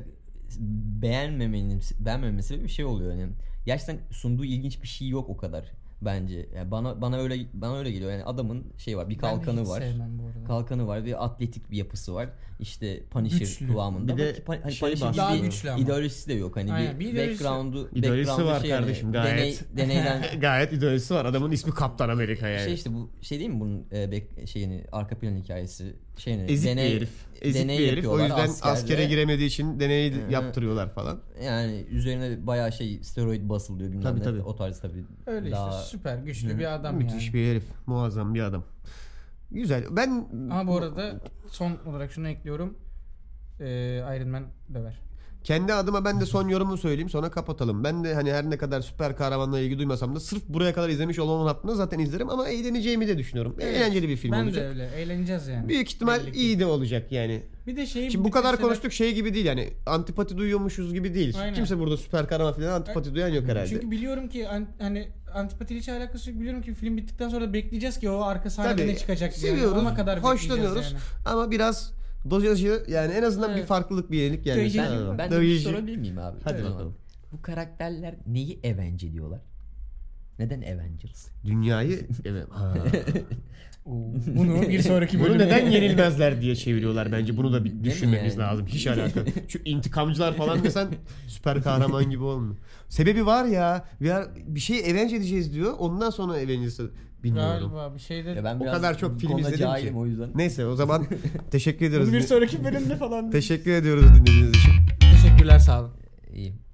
beğenmememin sebebi bir şey oluyor yani. Gerçekten sunduğu ilginç bir şey yok o kadar bence. Yani bana öyle geliyor. Yani adamın şey var, bir Ben de kalkanı hiç var. sevmem bu arada. Kalkanı var ve atletik bir yapısı var. İşte Punisher Güçlü. kıvamında. Bir de Ama hani şey Punisher Daha gibi güçlü ama. ideolojisi de yok. Hani Aynen, bir ideolojisi- İdeolojisi var şey kardeşim, yani, gayet. deneyden Gayet ideolojisi var. Adamın ismi Kaptan Amerika yani. şey işte bu şey değil mi bunun şeyini arka plan hikayesi şeyini Ezik bir herif. Ezik bir herif. O yüzden askere giremediği için deney yaptırıyorlar falan. Yani üzerine bayağı steroid basılıyor bilmem Tabii, ne. tabii. O tarz tabii. Öyle daha... işte süper güçlü bir adam Müthiş yani. bir herif. Muazzam bir adam. Güzel. Ben Ama bu arada son olarak şunu ekliyorum. Iron Man döver. Kendi adıma ben de son yorumumu söyleyeyim sonra kapatalım. Ben de hani her ne kadar süper kahramanla ilgi duymasam da sırf buraya kadar izlemiş olmamın hattında zaten izlerim ama eğleneceğimi de düşünüyorum. Eğlenceli bir film Ben olacak. de öyle. Eğleneceğiz yani. Büyük ihtimal Belli ki. iyi de olacak yani. Bir de Şimdi bu kadar konuştuk şey gibi değil yani antipati duyuyormuşuz gibi değil. Aynen. Kimse burada süper kahraman falan antipati duyan yok herhalde. Çünkü biliyorum ki hani antipatiyle hiç alakası yok. Biliyorum ki film bittikten sonra da bekleyeceğiz ki o arka sahnede Tabii, ne çıkacak diye. seviyoruz, Ona kadar hoşlanıyoruz bekleyeceğiz ama biraz dozajı yani en azından bir Evet. farklılık bir yenilik gelmesi Dayıcı. lazım. Ben de bir şey Dayıcı. sorabilir miyim abi? Hadi O zaman. bakalım. Bu karakterler neyi Avenge diyorlar? Neden Avengers? Dünyayı evet. Ha. Bunu bir sonraki Bunu bölümde. neden yenilmezler diye çeviriyorlar bence. Bunu da bir Değil mi düşünmemiz yani? lazım. Hiç alakalı. Şu intikamcılar falan desen süper kahraman gibi olmuyor. Sebebi var ya. Bir şey avenge edeceğiz diyor. Ondan sonra Avengers'ı bilmiyorum. Galiba bir şeyde. Ya ben O biraz kadar çok bu film konuda izledim ki. cahilim o yüzden. Neyse o zaman teşekkür ediyoruz. Bunu bir sonraki bölümde falan. Teşekkür ediyoruz dinlediğiniz için. Teşekkürler, sağ olun. İyi.